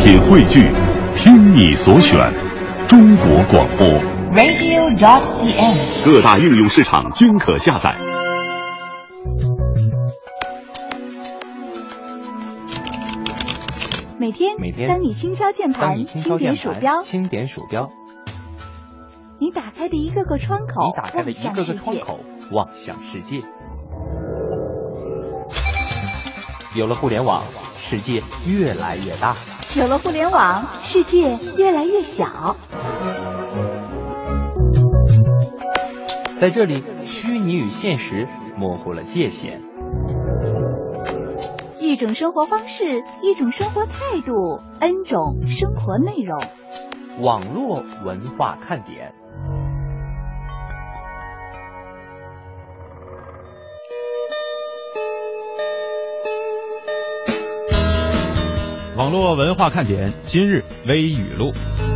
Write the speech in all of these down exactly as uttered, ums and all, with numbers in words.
品汇聚，听你所选，中国广播 radio dot c n， 各大应用市场均可下载。 每天， 每天， 当你轻敲键盘，轻点鼠标， 轻点鼠标， 你打开的一个个窗口， 你打开的一个个窗口，望向世界。有了互联网，世界越来越大； 有了互联网，世界越来越小。 在这里，虚拟与现实模糊了界限。 一种生活方式，一种生活态度 ，N 种生活内容。 网络文化看点。 网络文化看点，今日微语录。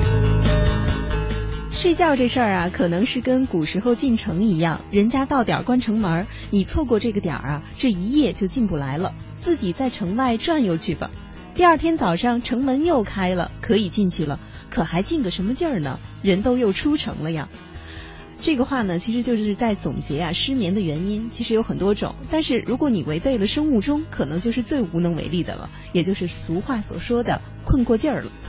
睡觉这事儿啊，可能是跟古时候进城一样，人家到点关城门，你错过这个点啊，这一夜就进不来了，自己在城外转悠去吧。第二天早上城门又开了，可以进去了，可还进个什么劲儿呢？人都又出城了呀。这个话呢，其实就是在总结啊失眠的原因，其实有很多种，但是如果你违背了生物钟，可能就是最无能为力的了，也就是俗话所说的困过劲儿了。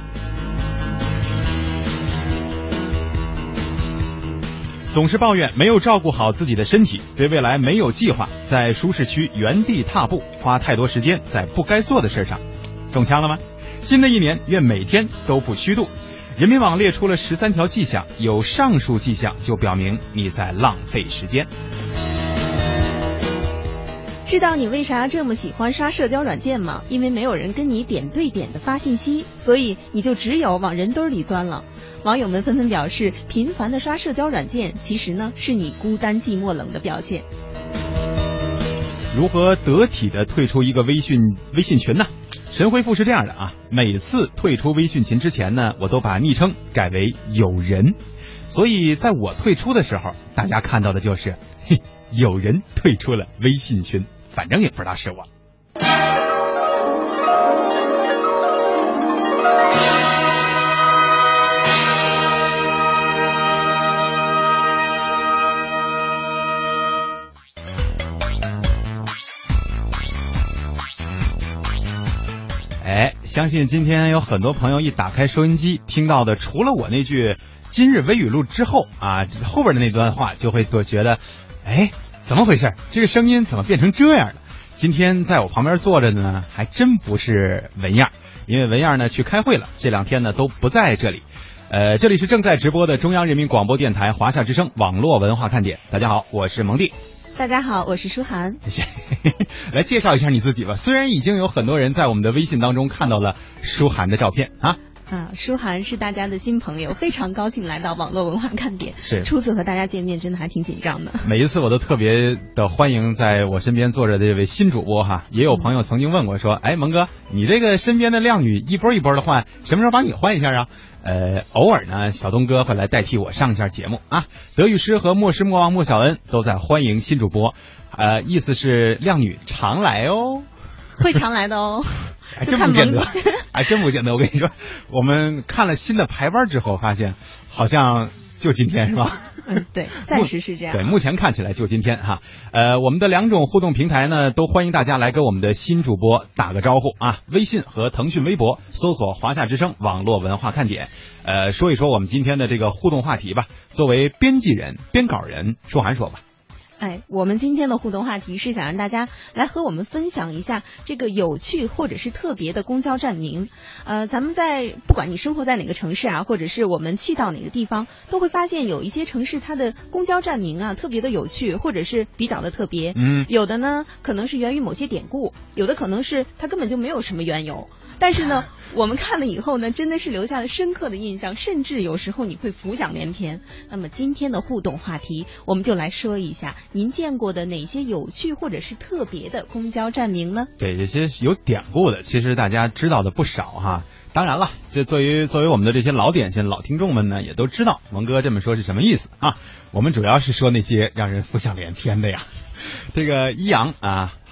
总是抱怨没有照顾好自己的身体，对未来没有计划，在舒适区原地踏步，花太多时间在不该做的事上，中枪了吗？新的一年愿每天都不虚度。人民网列出了十三条迹象，有上述迹象就表明你在浪费时间。 知道你为啥这么喜欢刷社交软件吗？因为没有人跟你点对点的发信息，所以你就只有往人堆里钻了。网友们纷纷表示，频繁的刷社交软件，其实呢是你孤单寂寞冷的表现。 如何得体的退出一个微信微信群呢？神回复是这样的啊，每次退出微信群之前呢，我都把昵称改为有人，所以在我退出的时候，大家看到的就是嘿，有人退出了微信群，反正也不知道是我。哎，相信今天有很多朋友一打开收音机听到的，除了我那句今日微语录之后啊，后边的那段话就会多觉得，哎，怎么回事？这个声音怎么变成这样了？今天在我旁边坐着的呢，还真不是文样，因为文样呢去开会了，这两天呢都不在这里。呃，这里是正在直播的中央人民广播电台华夏之声网络文化看点。大家好，我是蒙蒂。 大家好，我是舒涵。 谢谢，来介绍一下你自己吧。虽然已经有很多人在我们的微信当中看到了舒涵的照片啊。 啊，舒涵是大家的新朋友，非常高兴来到网络文化看点。 是， 初次和大家见面，真的还挺紧张的。 每一次我都特别的欢迎在我身边坐着的这位新主播哈。也有朋友曾经问过说，哎，蒙哥，你这个身边的靓女一波一波的换，什么时候把你换一下啊？呃，偶尔呢，小东哥会来代替我上一下节目啊。德语师和莫师莫忘莫小恩都在欢迎新主播，呃，意思是靓女常来哦， 会常来的哦。 还真不见得，还真不见得。我跟你说，我们看了新的排班之后，发现好像就今天是吧？ 嗯，对，暂时是这样。 对，目前看起来就今天哈。呃，我们的两种互动平台呢，都欢迎大家来跟我们的新主播打个招呼啊。微信和腾讯微博搜索华夏之声网络文化看点，呃，说一说我们今天的这个互动话题吧。作为编辑人、编稿人，舒涵说吧。 哎，我们今天的互动话题是想让大家来和我们分享一下这个有趣或者是特别的公交站名。呃，咱们在不管你生活在哪个城市啊，或者是我们去到哪个地方，都会发现有一些城市它的公交站名啊特别的有趣，或者是比较的特别。 嗯， 有的呢可能是源于某些典故，有的可能是它根本就没有什么缘由。但是呢，我们看了以后呢，真的是留下了深刻的印象，甚至有时候你会浮想联翩。那么今天的互动话题，我们就来说一下您见过的哪些有趣或者是特别的公交站名呢？ 对，这些有典故的，其实大家知道的不少哈。当然了，这作为作为我们的这些老点心、老听众们呢，也都知道蒙哥这么说是什么意思啊。我们主要是说那些让人浮想联翩的呀。这个一阳啊。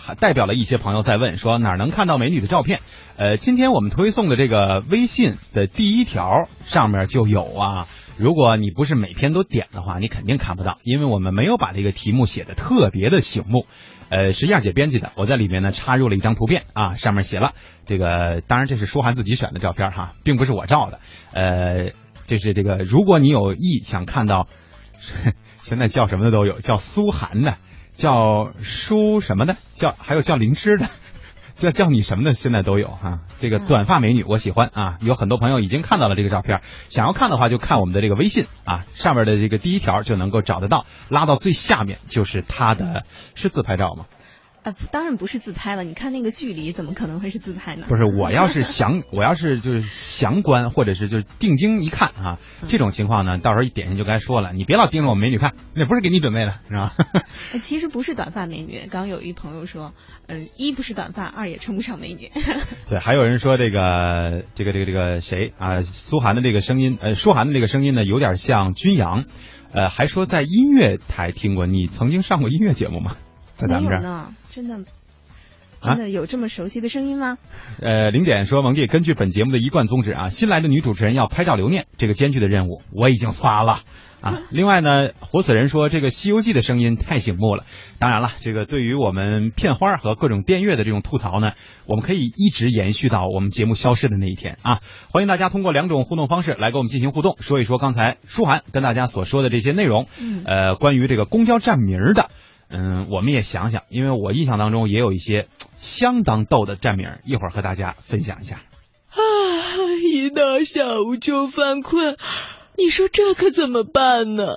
还代表了一些朋友在问说哪儿能看到美女的照片？呃，今天我们推送的这个微信的第一条上面就有啊。如果你不是每篇都点的话，你肯定看不到，因为我们没有把这个题目写的特别的醒目。呃，是燕姐编辑的，我在里面呢插入了一张图片啊，上面写了这个，当然这是舒涵自己选的照片哈，并不是我照的。呃，这是这个，如果你有意想看到，现在叫什么的都有，叫苏涵的，叫舒什么的，叫还有叫灵芝的。叫叫你什么的现在都有啊，这个短发美女我喜欢啊，有很多朋友已经看到了这个照片，想要看的话就看我们的这个微信啊，上面的这个第一条就能够找得到，拉到最下面就是它的，是自拍照吗？ 啊，当然不是自拍了，你看那个距离怎么可能会是自拍呢？ 不是，我要是详我要是就是详观或者是就是定睛一看啊，这种情况呢，到时候一点进就该说了，你别老盯着我们美女看，那不是给你准备的，是吧？ 其实不是短发美女，刚有一朋友说，嗯，一不是短发，二也称不上美女。 对，还有人说这个这个这个这个谁啊，苏涵的这个声音，呃，舒涵的这个声音呢，有点像君阳，呃，还说在音乐台听过，你曾经上过音乐节目吗？在咱们这儿没有呢，真的。真的有这么熟悉的声音吗？ 呃，零点说，蒙弟根据本节目的一贯宗旨啊，新来的女主持人要拍照留念，这个艰巨的任务我已经发了啊。另外呢，活死人说这个《西游记》的声音太醒目了。当然了，这个对于我们片花和各种电乐的这种吐槽呢，我们可以一直延续到我们节目消失的那一天啊。欢迎大家通过两种互动方式来跟我们进行互动，说一说刚才舒涵跟大家所说的这些内容，呃，关于这个公交站名的。嗯，我们也想想，因为我印象当中也有一些相当逗的站名，一会儿和大家分享一下。 啊，一到下午就犯困，你说这可怎么办呢？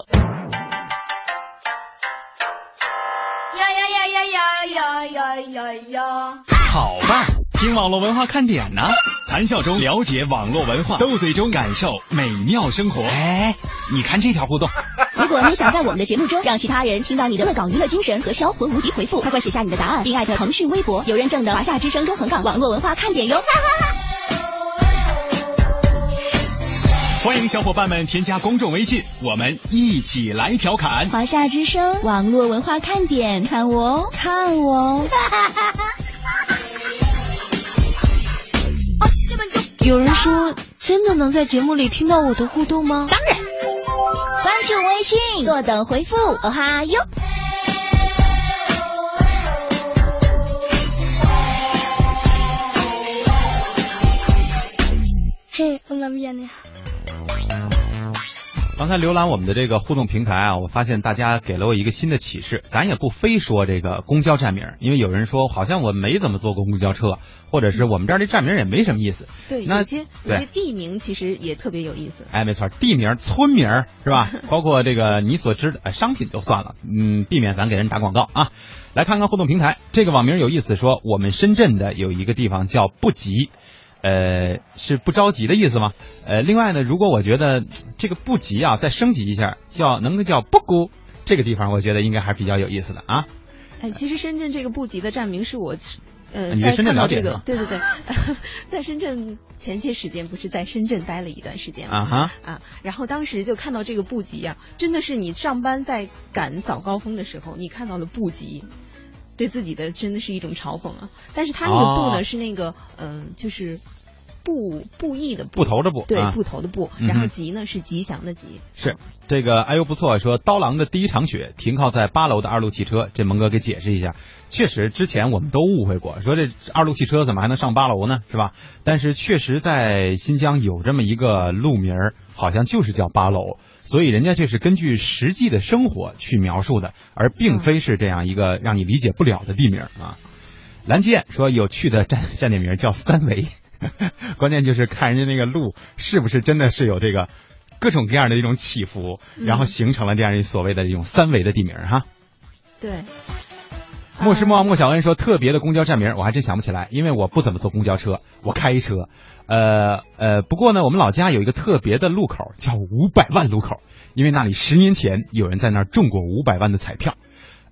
呀呀呀呀呀呀呀呀呀！ 好吧，听网络文化看点呢，谈笑中了解网络文化，斗嘴中感受美妙生活。 哎，你看这条互动。 如果你想在我们的节目中让其他人听到你的恶搞娱乐精神和销魂无敌回复，快快写下你的答案，并艾特腾讯微博有认证的华夏之声中横岗网络文化看点哟。 欢迎小伙伴们添加公众微信，我们一起来调侃华夏之声网络文化看点，看我哦，看我哦。 有人说，真的能在节目里听到我的互动吗？ 当然。关注微信，坐等回复，哦哈哟。 嘿，我那边呢？ 刚才浏览我们的这个互动平台啊，我发现大家给了我一个新的启示，咱也不非说这个公交站名，因为有人说好像我没怎么坐过公交车，或者是我们这儿这站名也没什么意思。 对， 那有些有些地名其实也特别有意思。 哎，没错，地名、村名是吧？包括这个你所知的、哎、商品就算了，嗯，避免咱给人打广告啊。来看看互动平台，这个网名有意思，说我们深圳的有一个地方叫不急。呃，是不着急的意思吗？呃，另外呢，如果我觉得这个不急啊，再升级一下，叫能够叫不姑，这个地方我觉得应该还是比较有意思的啊。 哎，其实深圳这个不急的站名是我，呃， 你对深圳了解这个，对对对，在深圳前些时间不是在深圳待了一段时间啊哈啊，然后当时就看到这个不急啊，真的是你上班在赶早高峰的时候，你看到了不急。对自己的真的是一种嘲讽啊！但是他那个布呢、哦、是那个嗯、呃，就是布布艺的布， 布头的布， 对， 啊、 布头的布。然后吉呢、嗯、是吉祥的吉。 是这个哎呦不错，说刀郎的第一场雪停靠在八楼的二路汽车，这蒙哥给解释一下。确实之前我们都误会过，说这二路汽车怎么还能上八楼呢？是吧？但是确实在新疆有这么一个路名，好像就是叫八楼。所以人家这是根据实际的生活去描述的，而并非是这样一个让你理解不了的地名啊。蓝剑说有趣的站站点名叫三维，关键就是看人家那个路是不是真的是有这个各种各样的一种起伏，然后形成了这样一所谓的这种三维的地名哈。 对。 莫师莫莫小恩说特别的公交站名我还真想不起来，因为我不怎么坐公交车，我开车。呃呃，不过呢，我们老家有一个特别的路口叫五百万路口，因为那里十年前有人在那儿中过五百万的彩票。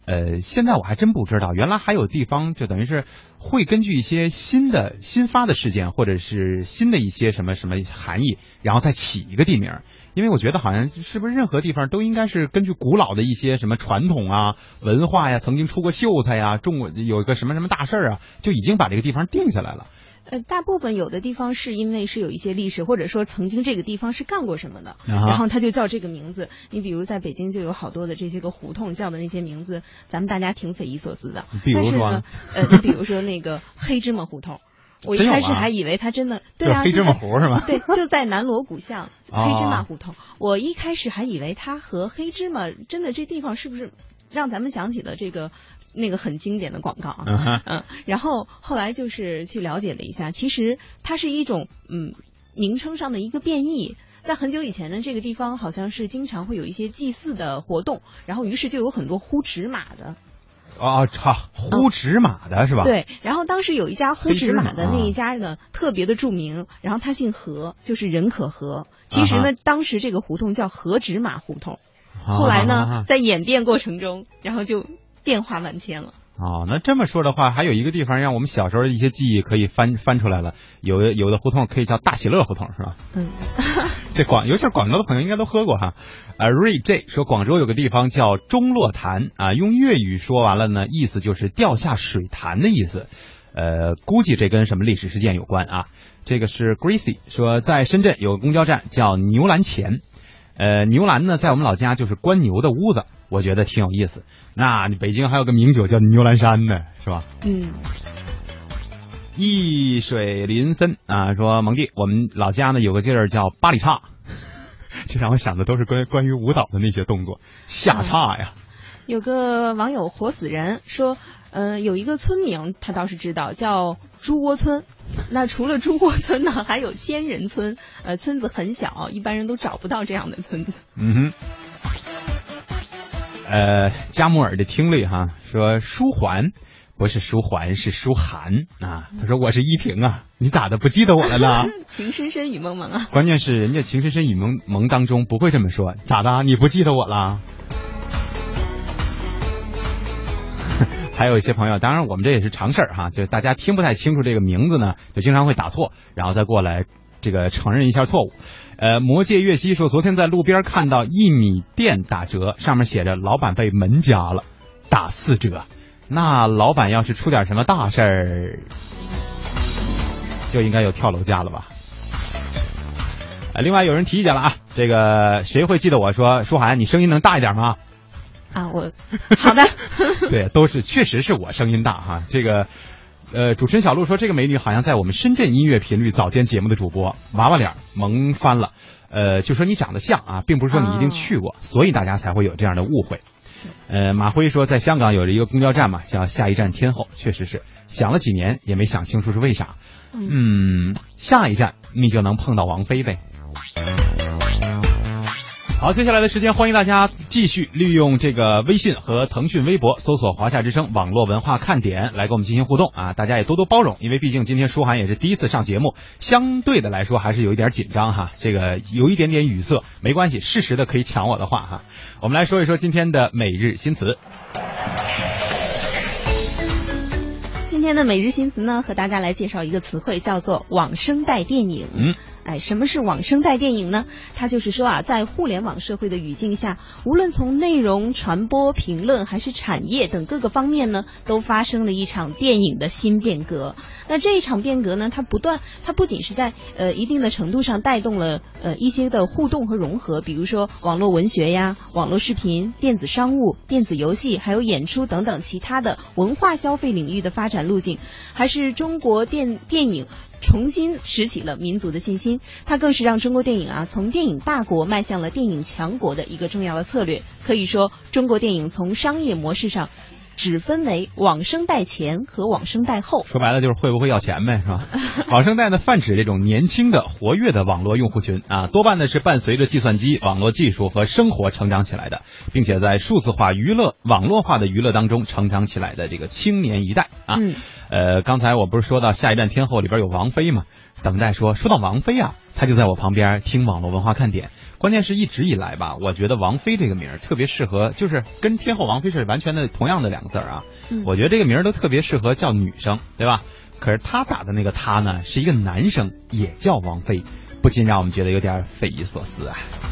呃，现在我还真不知道，原来还有地方就等于是会根据一些新的新发的事件，或者是新的一些什么什么含义，然后再起一个地名。因为我觉得好像是不是任何地方都应该是根据古老的一些什么传统啊、文化呀，曾经出过秀才呀，中国有一个什么什么大事啊，就已经把这个地方定下来了。 呃，大部分有的地方是因为是有一些历史，或者说曾经这个地方是干过什么的， 啊、 然后它就叫这个名字。你比如在北京就有好多的这些个胡同叫的那些名字，咱们大家挺匪夷所思的。 比如说， 呢呃，你比如说那个黑芝麻胡同。我一开始还以为它真的对啊， 黑芝麻糊是吗？ 对，就在南锣鼓巷黑芝麻胡同。我一开始还以为它和黑芝麻真的这地方是不是让咱们想起了这个那个很经典的广告啊？嗯, 嗯，然后后来就是去了解了一下，其实它是一种嗯名称上的一个变异。在很久以前呢，这个地方好像是经常会有一些祭祀的活动，然后于是就有很多呼纸马的。 哦，操，呼纸马的、嗯、是吧？ 对，然后当时有一家呼纸马的那一家呢，特别的著名，然后他姓何，就是人可和。其实呢，啊、当时这个胡同叫何纸马胡同，啊、后来呢、啊，在演变过程中，然后就变化万千了。 哦，那这么说的话，还有一个地方让我们小时候的一些记忆可以翻翻出来了。有的有的胡同可以叫大喜乐胡同，是吧？嗯，这广尤其是广州的朋友应该都喝过哈。啊 ，Ray J 说广州有个地方叫钟落潭啊，用粤语说完了呢，意思就是掉下水潭的意思。呃，估计这跟什么历史事件有关啊。这个是 Gracie 说，在深圳有个公交站叫牛栏前。呃，牛栏呢，在我们老家就是关牛的屋子，我觉得挺有意思。那北京还有个名酒叫牛栏山呢，是吧？ 嗯。 易水林森啊，说蒙弟，我们老家呢有个地儿叫八里岔，这让我想的都是关关于舞蹈的那些动作，下岔呀。 嗯、有个网友活死人说，呃，有一个村名他倒是知道，叫猪窝村。那除了猪窝村呢，还有仙人村，呃，村子很小，一般人都找不到这样的村子。 嗯哼。呃，加木尔的听力哈说舒缓不是舒缓是舒涵啊。他说我是依萍啊，你咋的不记得我了呢？ 情深深雨蒙蒙啊。 关键是人家情深深雨蒙蒙当中不会这么说，咋的？你不记得我了？还有一些朋友，当然我们这也是常事儿哈，就是大家听不太清楚这个名字呢，就经常会打错，然后再过来这个承认一下错误。呃，魔界月溪说，昨天在路边看到一米店打折，上面写着老板被门夹了，打四折。那老板要是出点什么大事儿，就应该有跳楼价了吧？呃，另外有人提意见了啊，这个谁会记得我说舒涵，你声音能大一点吗？ 啊，我好的。 对，都是确实是我声音大哈。这个呃，主持人小鹿说，这个美女好像在我们深圳音乐频率早间节目的主播，娃娃脸萌翻了。呃，就说你长得像啊，并不是说你一定去过，哦、所以大家才会有这样的误会。呃，马辉说，在香港有着一个公交站嘛，叫下一站天后，确实是想了几年也没想清楚是为啥。嗯，下一站你就能碰到王菲呗。好，接下来的时间，欢迎大家继续利用这个微信和腾讯微博搜索华夏之声网络文化看点来跟我们进行互动啊！大家也多多包容，因为毕竟今天舒涵也是第一次上节目，相对的来说还是有一点紧张哈，这个有一点点语塞，没关系，适时的可以抢我的话哈。我们来说一说今天的每日新词。 今天的每日新词呢，和大家来介绍一个词汇，叫做网生代电影。 嗯， 哎，什么是网生代电影呢？它就是说啊，在互联网社会的语境下，无论从内容传播、评论还是产业等各个方面呢，都发生了一场电影的新变革。那这一场变革呢，它不断，它不仅是在呃一定的程度上带动了呃一些的互动和融合，比如说网络文学呀、网络视频、电子商务、电子游戏，还有演出等等其他的文化消费领域的发展路径，还是中国电电影重新拾起了民族的信心，它更是让中国电影啊从电影大国迈向了电影强国的一个重要的策略。可以说，中国电影从商业模式上只分为网生代前和网生代后， 说白了就是会不会要钱呗，是吧？网生代呢，泛指这种年轻的活跃的网络用户群啊，多半呢是伴随着计算机、网络技术和生活成长起来的，并且在数字化娱乐、网络化的娱乐当中成长起来的这个青年一代啊。 嗯， 呃，刚才我不是说到下一站天后里边有王菲嘛？等待说说到王菲啊，她就在我旁边听网络文化看点。关键是一直以来吧，我觉得王菲这个名儿特别适合，就是跟天后王菲是完全的同样的两个字啊。嗯、我觉得这个名儿都特别适合叫女生，对吧？可是她打的那个她呢，是一个男生，也叫王菲，不禁让我们觉得有点匪夷所思啊。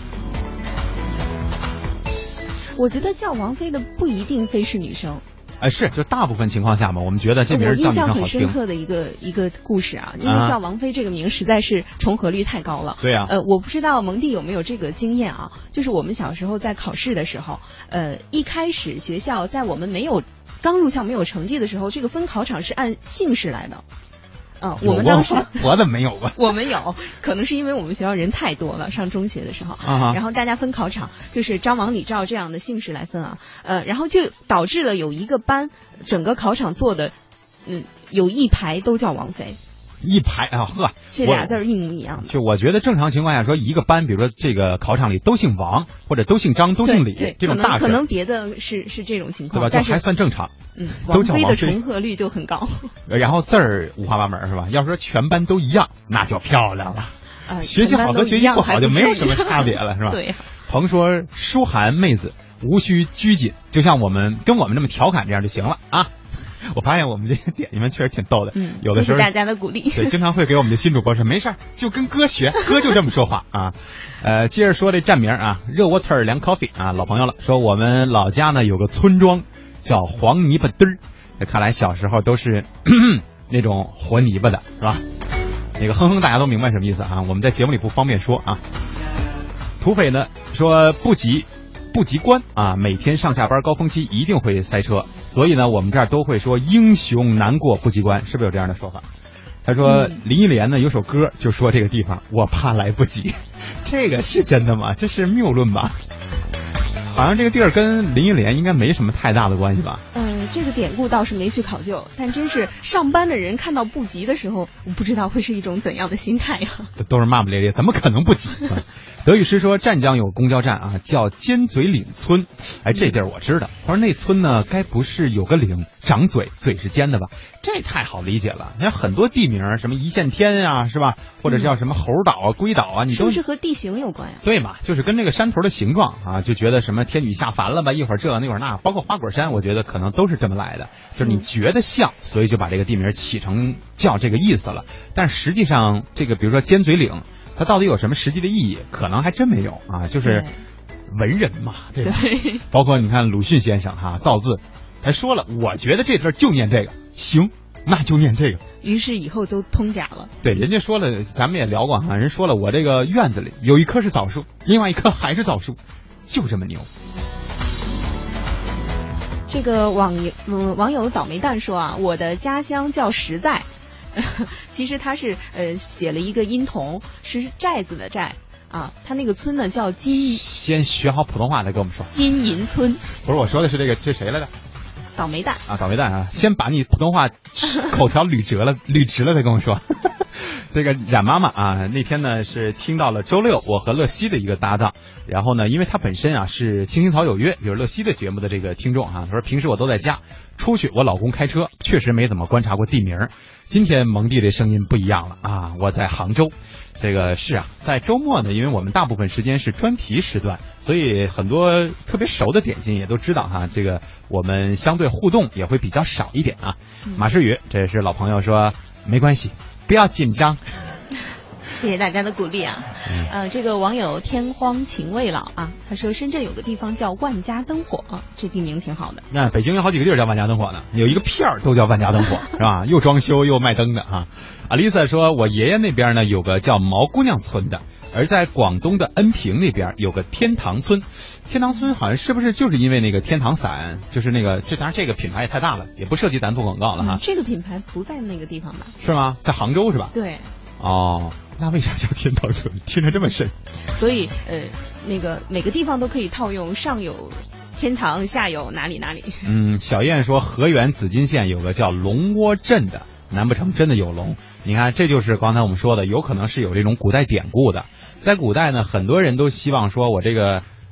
我觉得叫王菲的不一定非是女生。 哎，是，就大部分情况下嘛，我们觉得这名叫女生好听。 我印象很深刻的一个一个故事啊，因为叫王菲这个名实在是重合率太高了。 对啊。 呃，我不知道蒙蒂有没有这个经验啊，就是我们小时候在考试的时候，呃，一开始学校在我们没有刚入校没有成绩的时候，这个分考场是按姓氏来的。嗯、呃，我们当时我怎么没有过？ 我们有，可能是因为我们学校人太多了，上中学的时候， 啊、 然后大家分考场就是张王李赵这样的姓氏来分啊，呃，然后就导致了有一个班整个考场坐的，嗯，有一排都叫王菲。 一排啊呵， 这俩字儿一模一样的。 就我觉得正常情况下说，一个班，比如说这个考场里都姓王，或者都姓张，都姓李，这种大事可能别的是是这种情况， 对吧？ 但是还算正常。 嗯， 都叫王菲的重合率就很高。 然后字儿五花八门是吧？要说全班都一样，那就漂亮了。 呃， 学习好和学习不好就没有什么差别了，是吧？ 对。 彭说舒涵妹子无需拘谨，就像我们跟我们这么调侃这样就行了啊。我发现我们这些点你们确实挺逗的， 嗯， 有的时候谢谢大家的鼓励， 对，经常会给我们的新主播说没事就跟哥学，哥就这么说话啊。呃，接着说这站名啊，热沃特凉 coffee 啊，老朋友了，说我们老家呢有个村庄叫黄泥巴墩儿，这看来小时候都是咳咳那种和泥巴的是吧？那个哼哼大家都明白什么意思啊，我们在节目里不方便说啊。土匪呢说不急不急关啊，每天上下班高峰期一定会塞车，所以呢我们这儿都会说英雄难过不急关，是不是有这样的说法？他说、嗯、林忆莲呢有首歌就说这个地方我怕来不及，这个是真的吗？这是谬论吧？好像这个地儿跟林忆莲应该没什么太大的关系吧？ 嗯，这个典故倒是没去考究，但真是上班的人看到不急的时候，我不知道会是一种怎样的心态呀、啊？ 这都是骂骂咧咧，怎么可能不急？德语师说湛江有公交站啊，叫尖嘴岭村。哎，这地儿我知道。他说那村呢，该不是有个岭长嘴，嘴是尖的吧？这太好理解了。那很多地名，什么一线天啊，是吧？或者叫什么猴岛啊、龟岛啊，你都是不是和地形有关呀？ 对嘛，就是跟这个山头的形状啊，就觉得什么天女下凡了吧，一会儿这那会儿那，包括花果山，我觉得可能都是这么来的。就是你觉得像，所以就把这个地名起成叫这个意思了。但实际上，这个比如说尖嘴岭。它到底有什么实际的意义？可能还真没有啊，就是文人嘛，对吧？ 对， 包括你看鲁迅先生哈、啊，造字还说了，我觉得这字就念这个，行，那就念这个。 于是以后都通假了。 对，人家说了，咱们也聊过哈，人说了，我这个院子里有一棵是枣树，另外一棵还是枣树，就这么牛。 这个网友嗯网友倒霉蛋说啊，我的家乡叫实在。其实他是呃写了一个音同，是寨子的寨啊，他那个村呢叫金。 先学好普通话再跟我们说。 金银村。 不是我说的是这个，这谁来着？ 倒霉蛋啊，倒霉蛋啊！先把你普通话口条捋直了，捋直了再跟我说。这个冉妈妈啊，那天呢是听到了周六我和乐西的一个搭档，然后呢，因为他本身啊是青青草有约，就是乐西的节目的这个听众啊，他说平时我都在家，出去我老公开车，确实没怎么观察过地名。今天蒙蒂这声音不一样了啊，我在杭州。这个是啊，在周末呢，因为我们大部分时间是专题时段，所以很多特别熟的点心也都知道哈。这个我们相对互动也会比较少一点啊。嗯、马世宇，这是老朋友说没关系，不要紧张。 谢谢大家的鼓励啊！嗯、呃，这个网友天荒情未老啊，他说深圳有个地方叫万家灯火，啊、这地名挺好的。 那北京有好几个地儿叫万家灯火呢，有一个片儿都叫万家灯火，是吧？又装修又卖灯的啊。阿丽萨说，我爷爷那边呢有个叫毛姑娘村的，而在广东的恩平那边有个天堂村。天堂村好像是不是就是因为那个天堂伞，就是那个，这当然这个品牌也太大了，也不涉及咱做广告了哈、 嗯。这个品牌不在那个地方吧？ 是吗？在杭州是吧？ 对。 哦，那为啥叫天堂村？听着这么深。 所以呃，那个每个地方都可以套用，上有天堂，下有哪里哪里。 嗯，小燕说河源紫金县有个叫龙窝镇的，难不成真的有龙？你看，这就是刚才我们说的，有可能是有这种古代典故的。在古代呢，很多人都希望说我这个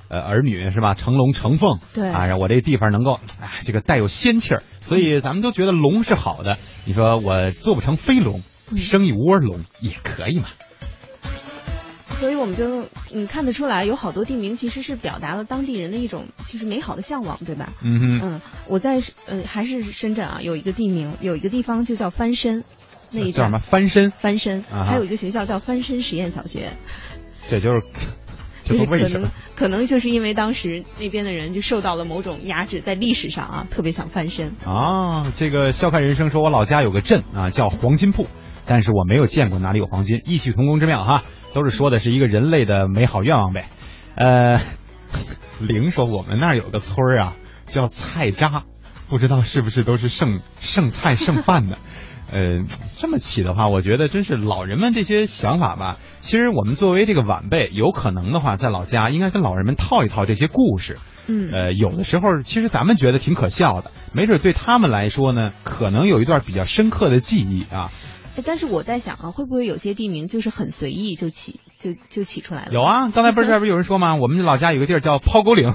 呃儿女是吧，成龙成凤， 对啊，让我这个地方能够哎这个带有仙气儿，所以咱们都觉得龙是好的。你说我做不成飞龙，生一窝龙也可以嘛。 所以我们就嗯看得出来，有好多地名其实是表达了当地人的一种其实美好的向往，对吧？ 嗯哼， 嗯，我在呃还是深圳啊，有一个地名，有一个地方就叫翻身，那一叫什么翻身？ 翻身， 啊、 还有一个学校叫翻身实验小学。 这就是，这就是可为什么能可能就是因为当时那边的人就受到了某种压制，在历史上啊特别想翻身啊。这个笑看人生说，我老家有个镇啊叫黄金铺。但是我没有见过哪里有黄金，异曲同工之妙哈，都是说的是一个人类的美好愿望呗。呃，玲说我们那儿有个村儿啊，叫菜渣，不知道是不是都是剩剩菜剩饭的。呃，这么起的话，我觉得真是老人们这些想法吧。其实我们作为这个晚辈，有可能的话，在老家应该跟老人们套一套这些故事。 嗯， 呃，有的时候其实咱们觉得挺可笑的，没准对他们来说呢，可能有一段比较深刻的记忆啊。 但是我在想啊，会不会有些地名就是很随意就起就就起出来了？ 有啊，刚才不是这不是有人说吗？我们老家有个地儿叫抛沟岭，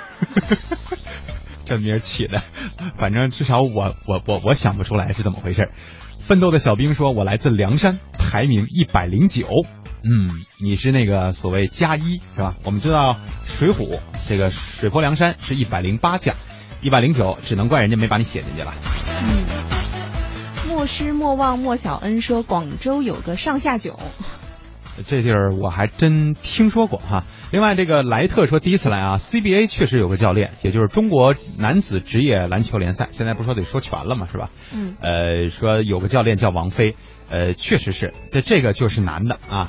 这名起的，反正至少我我我我想不出来是怎么回事。奋斗的小兵说，我来自凉山，排名一百零九。嗯，你是那个所谓加一是吧？我们知道水浒这个水泊梁山是一百零八将，一百零九只能怪人家没把你写进去了。 嗯。莫失莫忘莫小恩说，广州有个上下九， 这地儿我还真听说过哈。另外这个莱特说第一次来啊 ，C B A 确实有个教练，也就是中国男子职业篮球联赛，现在不是说得说全了嘛，是吧？ 嗯。 呃，说有个教练叫王菲，呃，确实是，这这个就是男的啊。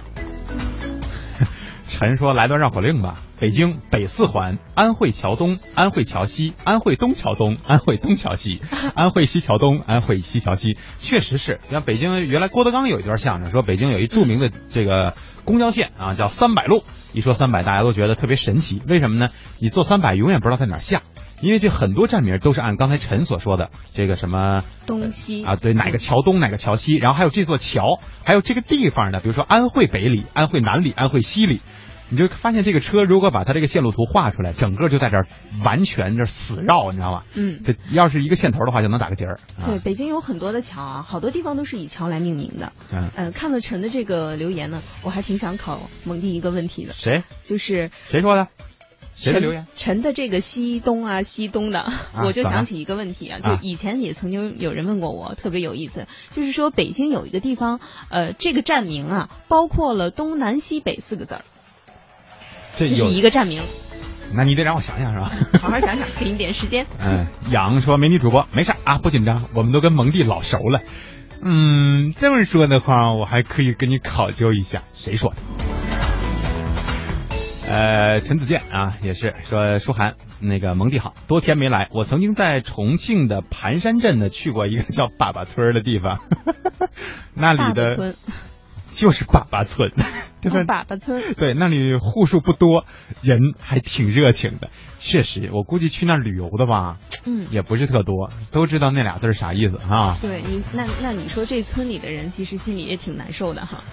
陈说来段绕口令吧。北京北四环，安徽桥东，安徽桥西，安徽东桥东，安徽东桥西，安徽西桥东，安徽西桥西，确实是。像北京原来郭德纲有一段相声说，北京有一著名的这个公交线啊，叫三百路。一说三百，大家都觉得特别神奇，为什么呢？你坐三百永远不知道在哪儿下，因为这很多站名都是按刚才陈所说的这个什么东西啊，对，哪个桥东哪个桥西，然后还有这座桥，还有这个地方的，比如说安徽北里、安徽南里、安徽西里。你就发现这个车如果把它这个线路图画出来，整个就在这儿完全这死绕，你知道吗？ 嗯， 这要是一个线头的话，就能打个结儿。 对，啊、北京有很多的桥啊，好多地方都是以桥来命名的。 嗯， 呃，看了陈的这个留言呢，我还挺想考蒙蒂一个问题的。 谁？ 就是谁说的？谁的留言？ 陈的这个西东啊，西东的，啊、我就想起一个问题啊，就以前也曾经有人问过我，特别有意思，就是说北京有一个地方，呃，这个站名啊，包括了东南西北四个字儿。这是一个站名， 那你得让我想想是吧？ 好好想想，给你点时间。 嗯，杨说美女主播没事啊，不紧张，我们都跟蒙蒂老熟了。嗯，这么说的话，我还可以跟你考究一下，谁说的？呃，陈子健啊，也是说舒涵那个蒙蒂好，多天没来，我曾经在重庆的盘山镇呢去过一个叫粑粑村的地方，那里的。就是粑粑村，对吧？ 粑粑村， 对，那里户数不多，人还挺热情的。确实，我估计去那儿旅游的吧， 嗯， 也不是特多，都知道那俩字是啥意思啊。 对你，那那你说这村里的人其实心里也挺难受的哈。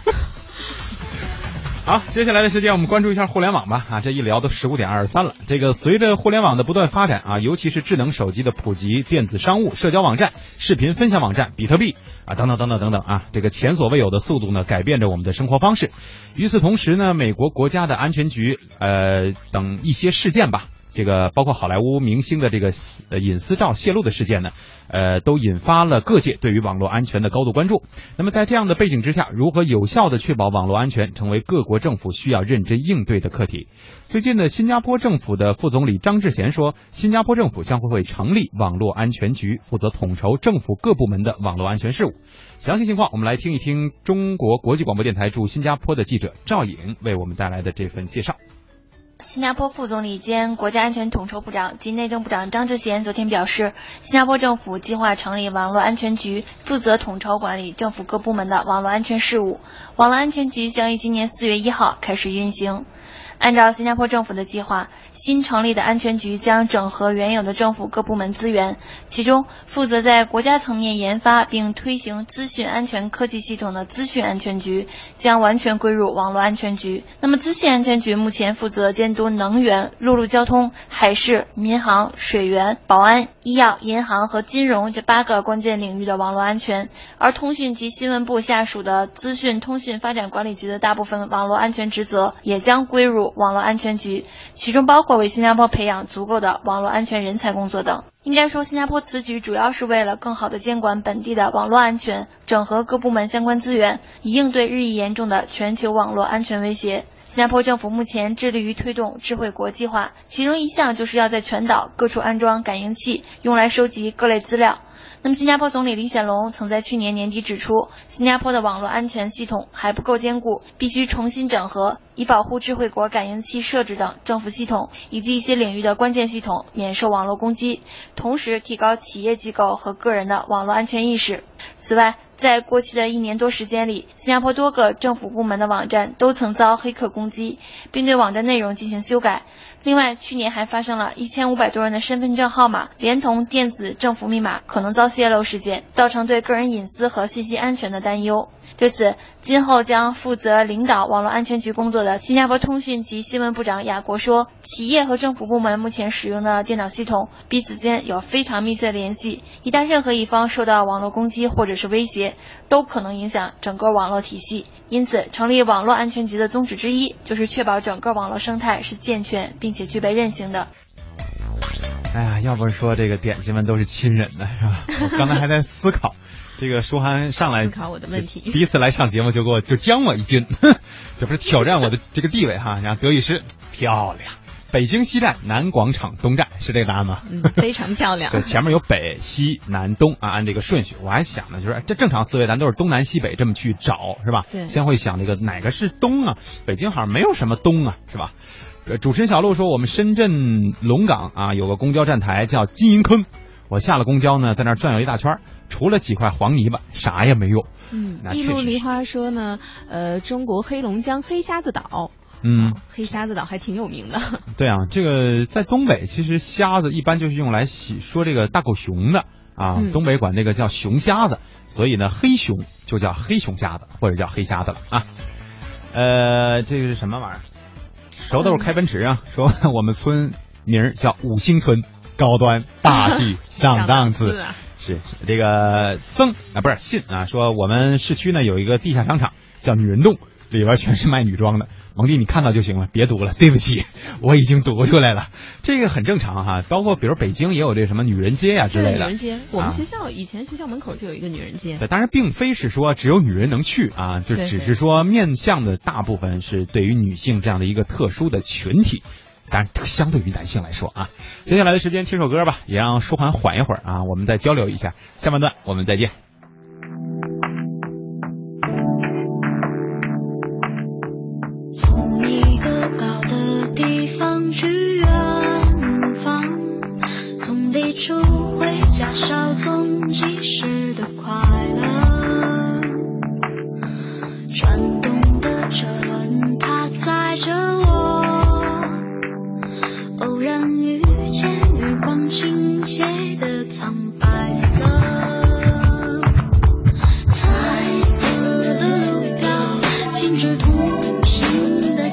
好，接下来的时间我们关注一下互联网吧。啊，这一聊都十五点二十三了。这个随着互联网的不断发展啊，尤其是智能手机的普及，电子商务、社交网站、视频分享网站、比特币啊等等等等等等啊，这个前所未有的速度呢，改变着我们的生活方式。与此同时呢，美国国家的安全局呃等一些事件吧。这个包括好莱坞明星的这个呃隐私照泄露的事件呢，呃，都引发了各界对于网络安全的高度关注。那么在这样的背景之下，如何有效的确保网络安全，成为各国政府需要认真应对的课题。最近呢，新加坡政府的副总理张志贤说，新加坡政府将会会成立网络安全局，负责统筹政府各部门的网络安全事务。详细情况，我们来听一听中国国际广播电台驻新加坡的记者赵颖为我们带来的这份介绍。 新加坡副总理兼国家安全统筹部长及内政部长张志贤昨天表示，新加坡政府计划成立网络安全局，负责统筹管理政府各部门的网络安全事务。网络安全局将于今年四月一号开始运行。 按照新加坡政府的计划，新成立的安全局将整合原有的政府各部门资源，其中负责在国家层面研发并推行资讯安全科技系统的资讯安全局将完全归入网络安全局。那么资讯安全局目前负责监督能源、陆路交通、海事、民航、水源、保安、医药、银行和金融这八个关键领域的网络安全，而通讯及新闻部下属的资讯通讯发展管理局的大部分网络安全职责也将归入网络安全局，其中包括为新加坡培养足够的网络安全人才工作等。应该说，新加坡此举主要是为了更好地监管本地的网络安全，整合各部门相关资源，以应对日益严重的全球网络安全威胁。新加坡政府目前致力于推动智慧国际化，其中一项就是要在全岛各处安装感应器，用来收集各类资料。那么新加坡总理李显龙曾在去年年底指出，新加坡的网络安全系统还不够坚固，必须重新整合，以保护智慧国感应器设置等政府系统以及一些领域的关键系统免受网络攻击，同时提高企业机构和个人的网络安全意识。此外，在过去的一年多时间里，新加坡多个政府部门的网站都曾遭黑客攻击，并对网站内容进行修改。另外，去年还发生了一千五百多人的身份证号码连同电子政府密码可能遭泄露事件，造成对个人隐私和信息安全的担忧。对此，今后将负责领导网络安全局工作的新加坡通讯及新闻部长雅国说，企业和政府部门目前使用的电脑系统彼此间有非常密切的联系，一旦任何一方受到网络攻击或者是威胁，都可能影响整个网络体系。因此，成立网络安全局的宗旨之一就是确保整个网络生态是健全并且具备韧性的。 哎呀，要不是说这个点心们都是亲人呢，是吧？我刚才还在思考，这个舒涵上来思考我的问题， 第一次来上节目就给我就将我一军，这不是挑战我的这个地位哈。然后德语诗漂亮，北京西站、南广场东站是这个答案吗？ 嗯，非常漂亮。 对，前面有北、西、南、东啊，按这个顺序。我还想呢，就是这正常思维，咱都是东南西北这么去找，是吧？ 对。 先会想这个哪个是东啊？北京好像没有什么东啊，是吧？主持人小陆说，我们深圳龙岗啊有个公交站台叫金银坑，我下了公交呢，在那儿转悠一大圈，除了几块黄泥巴，啥也没有。 嗯，一路梨花说呢，呃，中国黑龙江黑瞎子岛。 嗯， 黑瞎子岛还挺有名的。 对啊，这个在东北其实瞎子一般就是用来洗说这个大狗熊的啊，嗯、东北管这个叫熊瞎子，所以呢黑熊就叫黑熊瞎子或者叫黑瞎子了啊。呃，这个是什么玩意儿？熟豆开奔驰啊，说我们村名儿叫五星村，高端大气上档次。 啊、 是这个僧啊，不是信啊，说我们市区呢有一个地下商场叫女人洞，里边全是卖女装的。蒙弟，你看到就行了，别读了，对不起，我已经读出来了。这个很正常哈，包括比如北京也有这什么女人街呀、啊、之类的。 女人街，我们学校、啊、以前学校门口就有一个女人街。 对，当然并非是说只有女人能去啊，就只是说面向的大部分是对于女性这样的一个特殊的群体。当然，相对于男性来说啊，接下来的时间听首歌吧，也让舒涵缓一会儿啊，我们再交流一下。下半段我们再见。 从一个高的地方去远方，从抵触回家稍纵即逝的快乐，转动的车轮它载着我，偶然遇见月光倾斜的苍白色，彩色的路标禁止同行的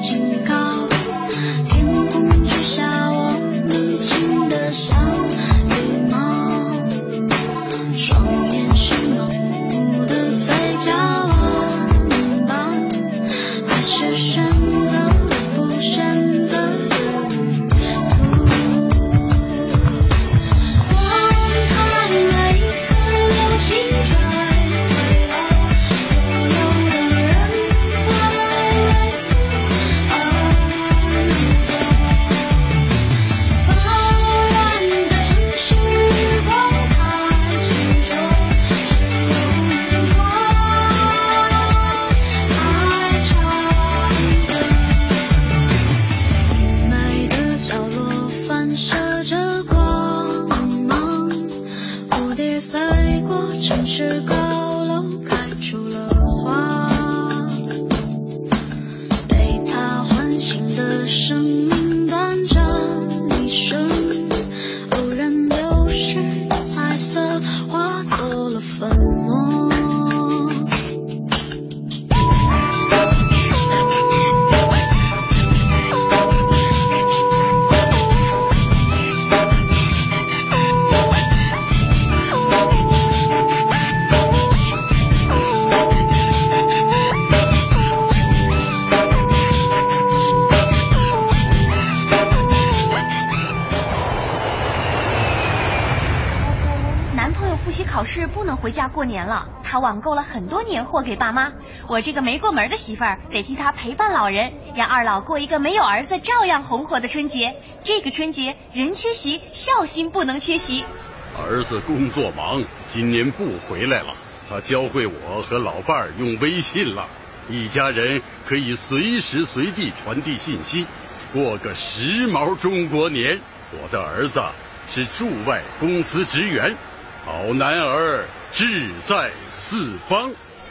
是不能回家过年了，他网购了很多年货给爸妈。我这个没过门的媳妇儿得替他陪伴老人，让二老过一个没有儿子照样红火的春节。这个春节人缺席，孝心不能缺席。 儿子工作忙，今年不回来了，他教会我和老伴儿用微信了，一家人可以随时随地传递信息，过个时髦中国年。我的儿子是驻外公司职员，好男儿志在四方。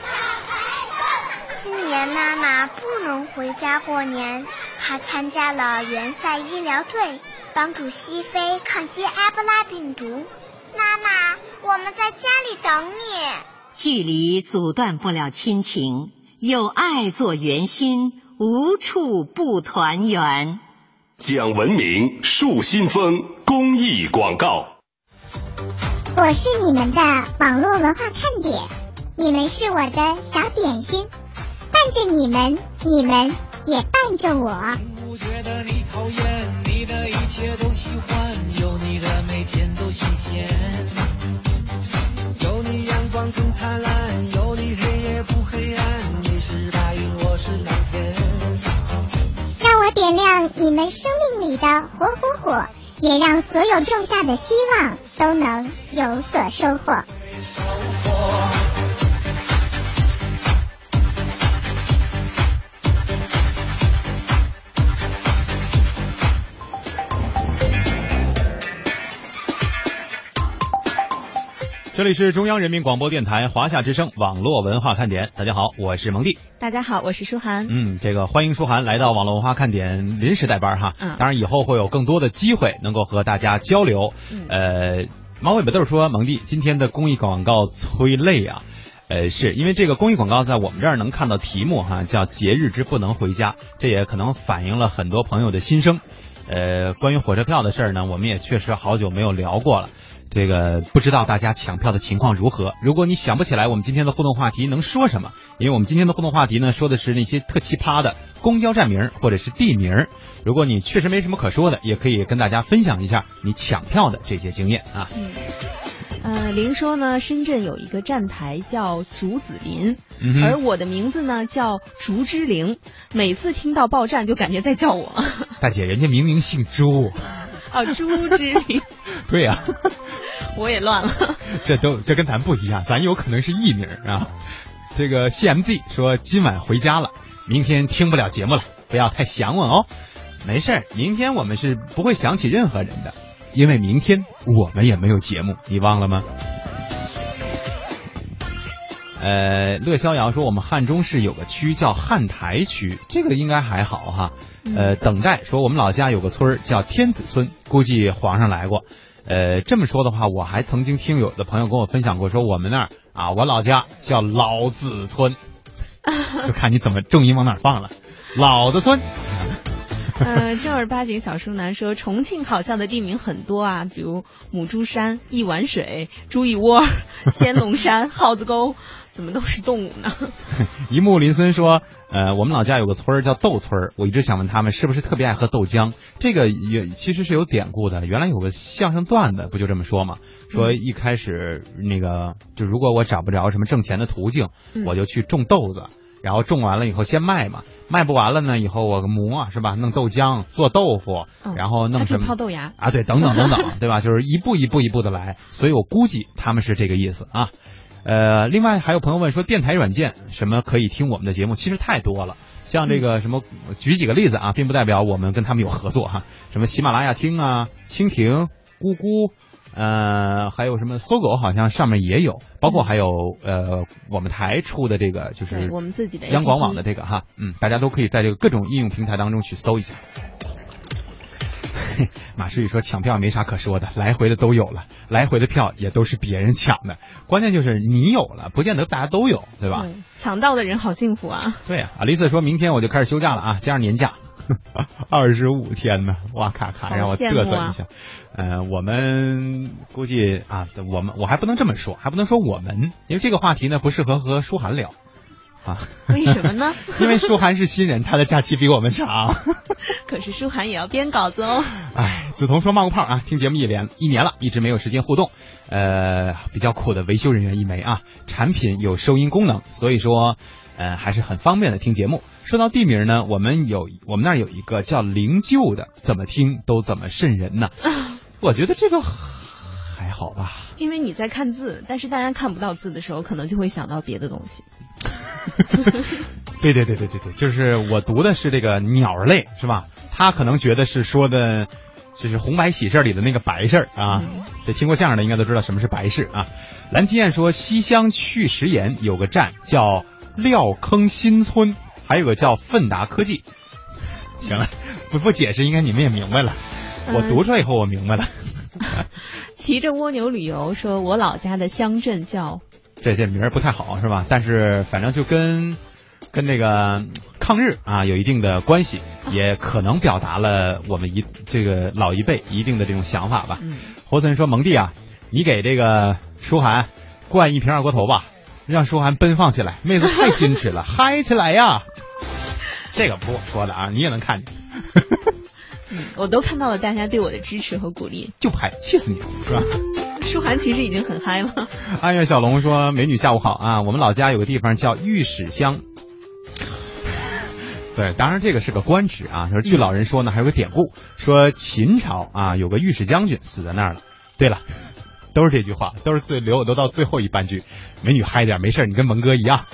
今年妈妈不能回家过年，她参加了援塞医疗队，帮助西非抗击埃博拉病毒。 妈妈，我们在家里等你。 距离阻断不了亲情，有爱做圆心，无处不团圆。 讲文明树新风公益广告。 我是你们的网络文化看点，你们是我的小点心，伴着你们，你们也伴着我。 不觉得你讨厌，你的一切都喜欢，有你的每天都新鲜，有你阳光更灿烂，有你黑夜不黑暗，你是白云，我是蓝天。 让我点亮你们生命里的火火火，也让所有种下的希望都能有所收获。 这里是中央人民广播电台华夏之声网络文化看点，大家好，我是蒙蒂。 大家好，我是舒涵。 嗯，这个欢迎舒涵来到网络文化看点临时代班哈。嗯，当然以后会有更多的机会能够和大家交流。嗯、呃，毛尾巴豆说蒙蒂今天的公益广告催泪啊。呃，是因为这个公益广告在我们这儿能看到题目哈，叫节日之不能回家，这也可能反映了很多朋友的心声。呃，关于火车票的事儿呢，我们也确实好久没有聊过了。这个不知道大家抢票的情况如何？如果你想不起来我们今天的互动话题能说什么，因为我们今天的互动话题呢说的是那些特奇葩的公交站名或者是地名。如果你确实没什么可说的，也可以跟大家分享一下你抢票的这些经验啊。 嗯呃，林说呢，深圳有一个站台叫竹子林， 嗯、 而我的名字呢叫竹之玲，每次听到报站就感觉在叫我。 大姐，人家明明姓朱。 哦，朱之玲。 对呀、啊。 我也乱了。 这都这跟咱不一样，咱有可能是艺名啊。这个 C M Z 说今晚回家了，明天听不了节目了，不要太想我哦。没事儿，明天我们是不会想起任何人的。因为明天我们也没有节目，你忘了吗？呃，乐逍遥说我们汉中市有个区叫汉台区，这个应该还好哈。呃，等待说我们老家有个村叫天子村，估计皇上来过。呃，这么说的话，我还曾经听有的朋友跟我分享过，说我们那儿啊，我老家叫老子村，就看你怎么重音往哪儿放了，老子村。 呃，正儿八经小叔男说，重庆好笑的地名很多啊，比如母猪山、一碗水、猪一窝、仙龙山、耗子沟，怎么都是动物呢？ 一木林森说，呃，我们老家有个村叫豆村，我一直想问他们是不是特别爱喝豆浆。这个也其实是有典故的，原来有个相声段子不就这么说嘛，说一开始那个就如果我找不着什么挣钱的途径，我就去种豆子。然后种完了以后先卖嘛，卖不完了呢以后我磨啊是吧，弄豆浆做豆腐， 嗯、 然后弄什么泡豆芽啊，对，等等等等，对吧？就是一步一步一步的来，所以我估计他们是这个意思啊。呃，另外还有朋友问说电台软件什么可以听我们的节目，其实太多了。像这个什么，举几个例子啊，并不代表我们跟他们有合作哈。什么喜马拉雅听啊、蜻蜓、咕咕。呃，还有什么搜狗好像上面也有，包括还有呃我们台出的这个就是我们自己的央广网的这个哈，嗯，大家都可以在这个各种应用平台当中去搜一下。马世宇说抢票没啥可说的，来回的都有了，来回的票也都是别人抢的，关键就是你有了，不见得大家都有，对吧？ 对，抢到的人好幸福啊！ 对啊，阿丽丝说明天我就开始休假了啊，加上年假。二十五天呢，哇咔咔，让我嘚瑟一下。呃，我们估计啊，我们我还不能这么说，还不能说我们，因为这个话题呢不适合和舒涵聊。 啊。 为什么呢？ 因为舒涵是新人，他的假期比我们长。 可是舒涵也要编稿子哦。 哎，梓潼说冒个泡啊，听节目一年一年了，一直没有时间互动。呃，比较苦的维修人员一枚啊，产品有收音功能，所以说呃还是很方便的听节目。说到地名呢，我们有我们那儿有一个叫灵鹫的，怎么听都怎么瘆人呢。我觉得这个还好吧， 因为你在看字，但是大家看不到字的时候，可能就会想到别的东西。 对对对对对对，就是我读的是这个鸟类，是吧？他可能觉得是说的，就是红白喜事里的那个白事啊。这、嗯、听过相声的应该都知道什么是白事啊。蓝七燕说，西乡去食盐有个站叫廖坑新村，还有个叫奋达科技。行了，不不解释，应该你们也明白了。我读出来以后我明白了。 骑着蜗牛旅游说，我老家的乡镇叫， 这这名儿不太好是吧？但是反正就跟跟这个抗日啊有一定的关系，也可能表达了我们一这个老一辈一定的这种想法吧。嗯、侯森说，蒙弟啊，你给这个舒涵灌一瓶二锅头吧，让舒涵奔放起来，妹子太矜持了，嗨起来呀！这个不是我说的啊，你也能看见。 嗯，我都看到了大家对我的支持和鼓励， 就拍，气死你了，是吧？ 舒涵其实已经很嗨了。 安月小龙说，美女下午好啊，我们老家有个地方叫御史乡。对，当然这个是个官职啊。说据老人说呢，还有个典故，说秦朝啊有个御史将军死在那儿了。对了，都是这句话，都是最留留到最后一半句。美女嗨点，没事，你跟蒙哥一样。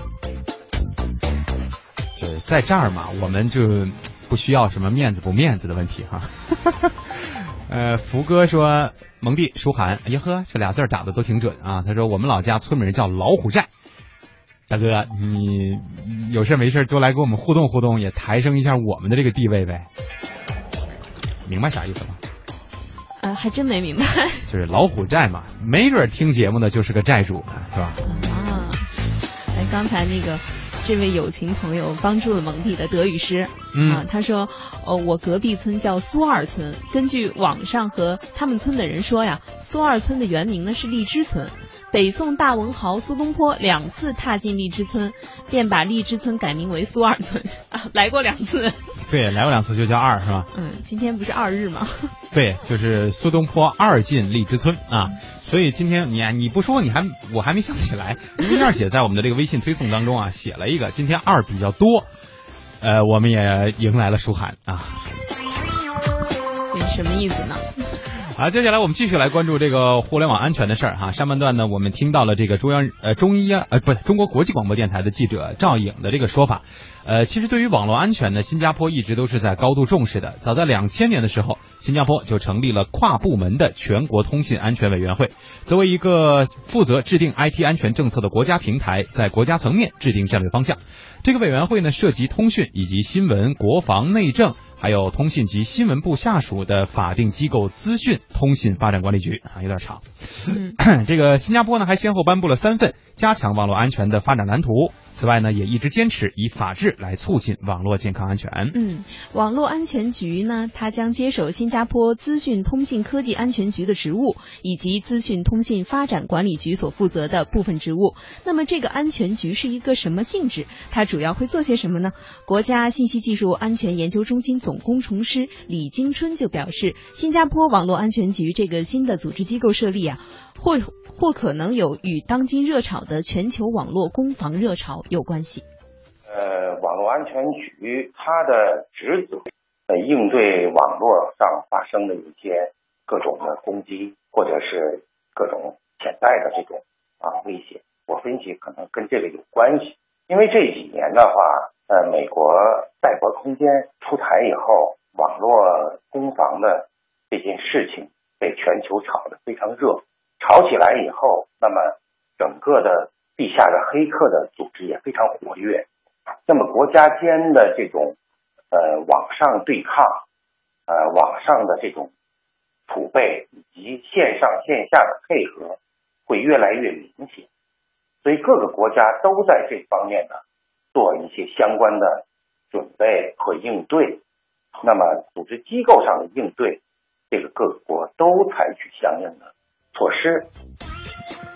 就是在这儿嘛，我们就不需要什么面子不面子的问题哈。呃，福哥说，蒙弟舒涵，哎呀呵，这俩字打的都挺准啊。他说我们老家村民叫老虎寨。大哥，你有事没事多来跟我们互动互动，也抬升一下我们的这个地位呗。明白啥意思吗？ 呃，还真没明白。 就是老虎寨嘛，没准听节目的就是个寨主呢，是吧？ 啊，哎，刚才那个这位友情朋友帮助了蒙弟的德语诗， 嗯、 啊，他说，哦，我隔壁村叫苏二村，根据网上和他们村的人说呀，苏二村的原名呢是荔枝村。北宋大文豪苏东坡两次踏进荔枝村，便把荔枝村改名为苏二村啊，来过两次。 对，来过两次就叫二，是吧？ 嗯，今天不是二日吗？ 对，就是苏东坡二进荔枝村啊。所以今天你你不说，你还我还没想起来，因为燕姐在我们的这个微信推送当中啊写了一个，今天二比较多，呃，我们也迎来了舒涵啊。 这是什么意思呢？ 好，接下来我们继续来关注这个互联网安全的事儿哈。上半段呢，我们听到了这个中央呃中央呃不中国国际广播电台的记者赵颖的这个说法。呃，其实对于网络安全呢，新加坡一直都是在高度重视的。早在两千年的时候，新加坡就成立了跨部门的全国通信安全委员会，作为一个负责制定 I T 安全政策的国家平台，在国家层面制定战略方向。这个委员会呢，涉及通讯以及新闻、国防、内政，还有通信及新闻部下属的法定机构资讯通信发展管理局啊，有点长。嗯，这个新加坡呢，还先后颁布了三份加强网络安全的发展蓝图。此外呢，也一直坚持以法治来促进网络健康安全。 嗯，网络安全局呢，它将接手新加坡资讯通信科技安全局的职务，以及资讯通信发展管理局所负责的部分职务。那么这个安全局是一个什么性质？它主要会做些什么呢？国家信息技术安全研究中心总工程师李金春就表示，新加坡网络安全局这个新的组织机构设立啊，或或可能有与当今热炒的全球网络攻防热潮有关系。 呃，网络安全局它的职责，呃，应对网络上发生的一些各种的攻击，或者是各种潜在的这种啊威胁。我分析可能跟这个有关系，因为这几年的话，呃，美国赛博空间出台以后，网络攻防的这件事情被全球炒得非常热。炒起来以后，那么整个的地下的黑客的组织也非常活跃。那么国家间的这种呃网上对抗，呃网上的这种储备以及线上线下的配合会越来越明显。所以各个国家都在这方面呢做一些相关的准备和应对。那么组织机构上的应对，这个各个国都采取相应的措施。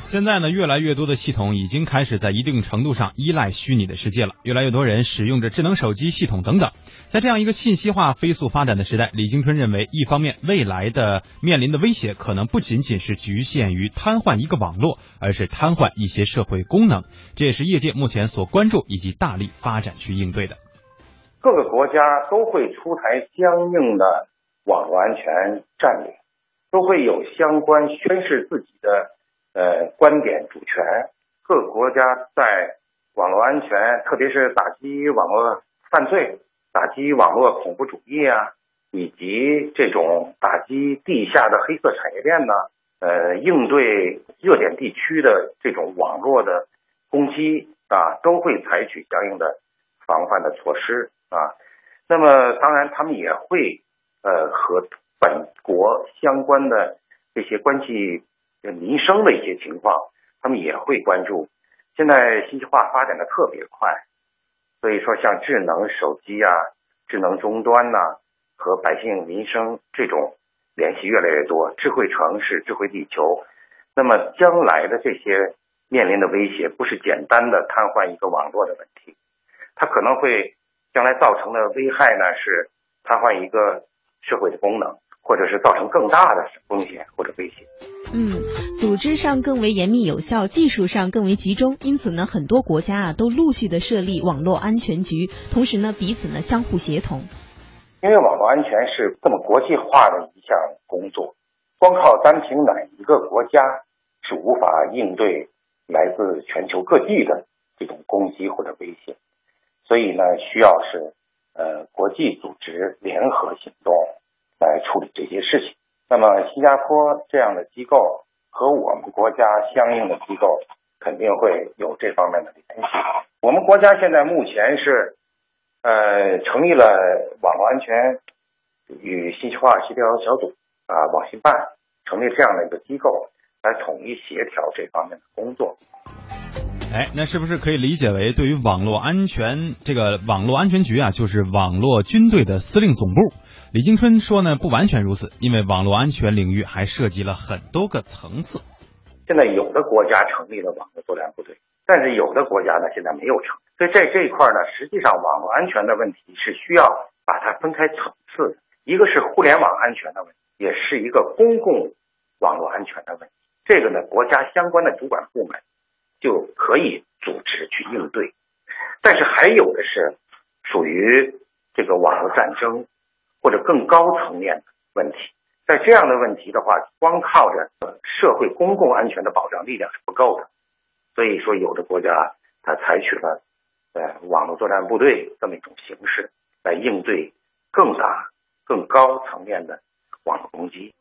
现在呢，越来越多的系统已经开始在一定程度上依赖虚拟的世界了，越来越多人使用着智能手机系统等等。在这样一个信息化飞速发展的时代，李京春认为，一方面未来的面临的威胁可能不仅仅是局限于瘫痪一个网络，而是瘫痪一些社会功能，这也是业界目前所关注以及大力发展去应对的。 各个国家都会出台相应的网络安全战略，都会有相关宣示自己的呃观点主权。各个国家在网络安全，特别是打击网络犯罪、打击网络恐怖主义啊，以及这种打击地下的黑色产业链呢，呃，应对热点地区的这种网络的攻击啊，都会采取相应的防范的措施啊。那么当然他们也会呃和本国相关的这些关系民生的一些情况，他们也会关注。现在信息化发展的特别快，所以说像智能手机啊、智能终端呐、啊，和百姓民生这种联系越来越多，智慧城市、智慧地球。那么将来的这些面临的威胁，不是简单的瘫痪一个网络的问题，它可能会将来造成的危害呢，是瘫痪一个社会的功能，或者是造成更大的风险或者威胁。 嗯，组织上更为严密有效，技术上更为集中，因此呢，很多国家啊都陆续的设立网络安全局，同时呢，彼此呢相互协同。 因为网络安全是这么国际化的一项工作，光靠单凭哪一个国家是无法应对来自全球各地的这种攻击或者威胁，所以呢，需要是呃国际组织联合行动来处理这些事情。那么新加坡这样的机构和我们国家相应的机构肯定会有这方面的联系。我们国家现在目前是呃成立了网络安全与信息化协调小组啊，网信办，成立这样的一个机构来统一协调这方面的工作。 哎，那是不是可以理解为，对于网络安全这个网络安全局啊，就是网络军队的司令总部？李京春说呢，不完全如此，因为网络安全领域还涉及了很多个层次。 现在有的国家成立了网络作战部队，但是有的国家呢现在没有成，所以在这一块呢，实际上网络安全的问题是需要把它分开层次的，一个是互联网安全的问题，也是一个公共网络安全的问题。这个呢，国家相关的主管部门就可以组织去应对。但是还有的是属于这个网络战争或者更高层面的问题，在这样的问题的话，光靠着社会公共安全的保障力量是不够的。所以说有的国家它采取了呃网络作战部队这么一种形式来应对更大更高层面的网络攻击。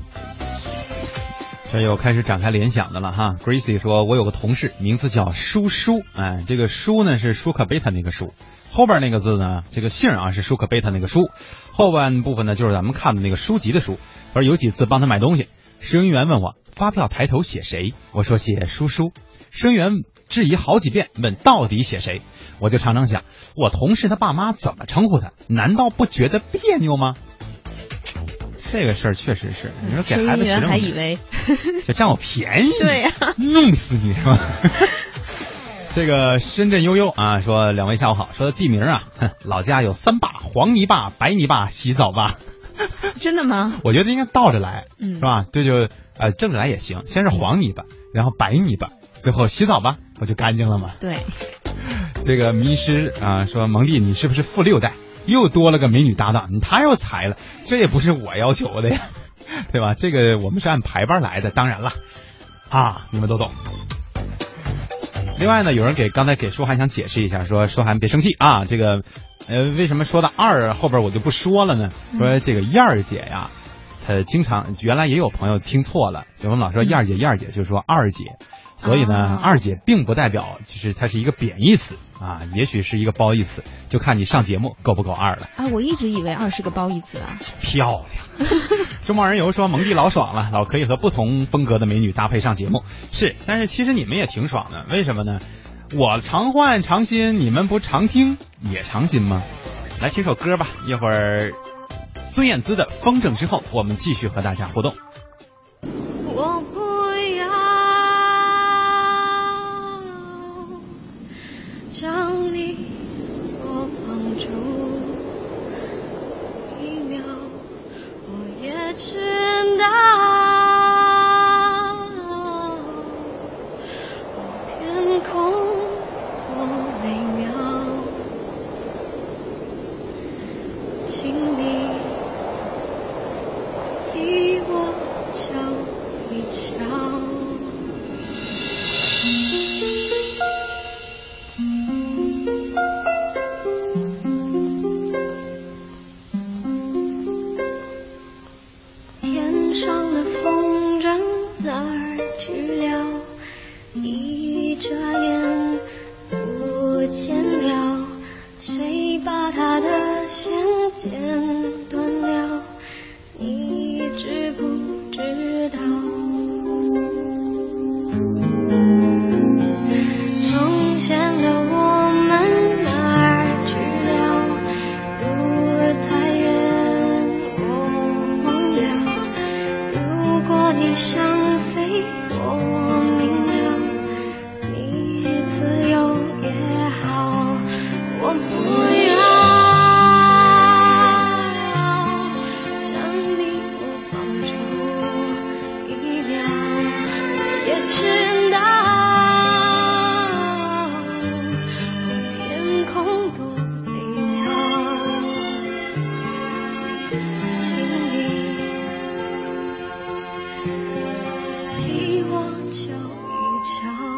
这又开始展开联想的了哈。 Gracie 说，我有个同事名字叫舒舒，哎，这个舒呢是舒克贝塔那个舒，后边那个字呢，这个姓啊是舒克贝塔那个舒，后半部分呢就是咱们看的那个书籍的书。而有几次帮他买东西，收银员问我发票抬头写谁，我说写舒舒，收银员质疑好几遍，问到底写谁，我就常常想，我同事他爸妈怎么称呼他，难道不觉得别扭吗？这个事儿确实是，你说给孩子起这种，还以为这占我便宜， 对呀、啊， 弄死你是吧？这个深圳悠悠啊说，两位下午好，说的地名啊，老家有三坝，黄泥坝、白泥坝、洗澡坝。 真的吗？ 我觉得应该倒着来， 嗯， 是吧？这就呃正着来也行，先是黄泥巴，然后白泥巴，最后洗澡吧，我就干净了嘛。 对， 这个迷失啊说，蒙丽你是不是负六代？又多了个美女搭档，你太有才了，这也不是我要求的呀，对吧？这个我们是按排班来的，当然了，啊，你们都懂。另外呢，有人给刚才给舒涵想解释一下，说舒涵别生气啊，这个呃为什么说到二后边我就不说了呢？说这个燕儿姐呀，她经常原来也有朋友听错了，有人老说燕儿姐燕儿姐，就是说二姐。所以呢，啊、二姐并不代表就是它是一个贬义词啊，也许是一个褒义词，就看你上节目够不够二了。 啊，我一直以为二是个褒义词啊。 漂亮。中贸人游说蒙蒂老爽了，老可以和不同风格的美女搭配上节目。是，但是其实你们也挺爽的，为什么呢？我常换常新，你们不常听也常新吗？来听首歌吧，一会儿孙燕姿的《风筝》之后，我们继续和大家互动。 我不要请你替我瞧一瞧。天上的风筝哪儿去了？一眨眼不见了。谁把它的线剪断了？你知不知道？从前的我们哪儿去了？路太远我忘了。如果你想飞，我明了，你自由也好，我不要将你我绑住一秒，也知道天空多美妙，请你替我瞧一瞧。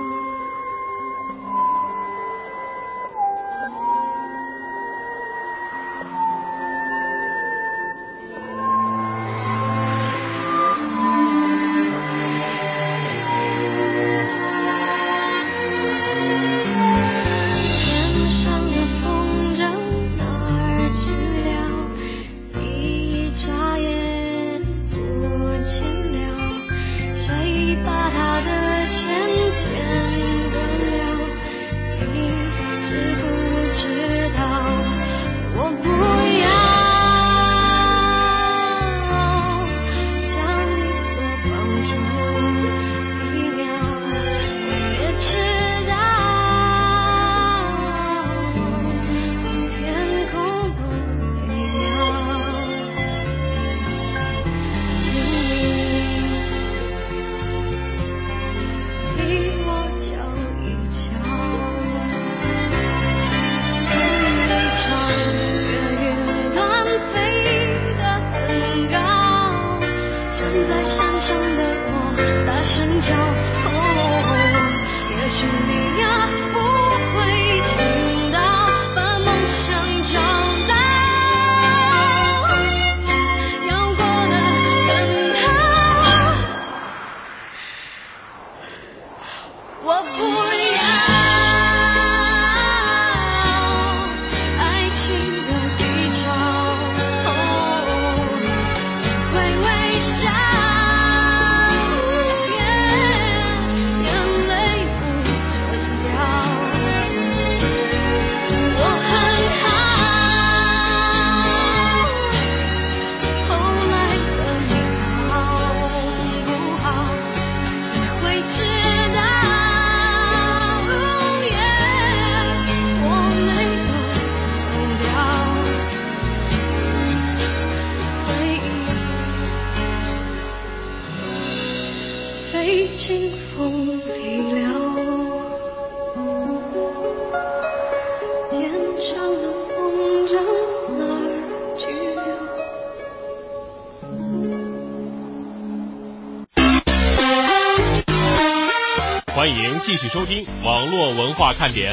经风里了，天上的风筝哪儿去了？欢迎继续收听网络文化看点。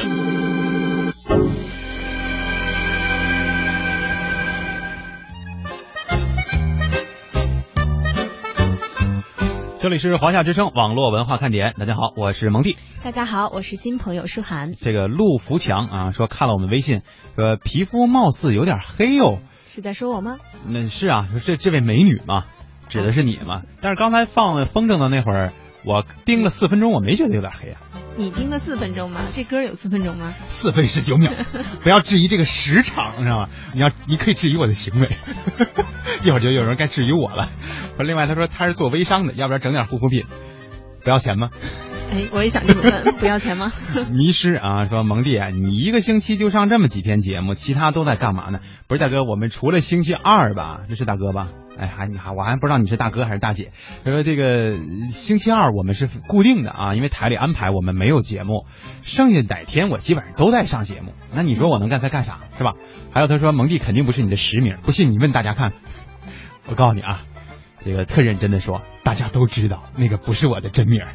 这里是华夏之声网络文化看点，大家好，我是蒙蒂。 大家好，我是新朋友舒涵。 这个陆福强啊，说看了我们微信，说皮肤貌似有点黑哦。 是在说我吗？ 嗯，是啊，说这这位美女嘛，指的是你嘛。但是刚才放风筝的那会儿，我盯了四分钟，我没觉得有点黑啊。 你盯了四分钟吗？这歌有四分钟吗？ 四分十九秒，不要质疑这个时长，知道吗？你要，你可以质疑我的行为，一会儿就有人该质疑我了。另外，他说他是做微商的，要不然整点护肤品，不要钱吗？ 哎，我也想这么问，不要钱吗？ 迷失啊，说蒙弟啊，你一个星期就上这么几天节目，其他都在干嘛呢？不是大哥，我们除了星期二吧，这是大哥吧？哎，还你还我还不知道你是大哥还是大姐。他说这个星期二我们是固定的啊，因为台里安排我们没有节目，剩下哪天我基本上都在上节目。那你说我能干他干啥是吧？还有他说蒙弟肯定不是你的实名，不信你问大家看。我告诉你啊，这个特认真的说，大家都知道那个不是我的真名。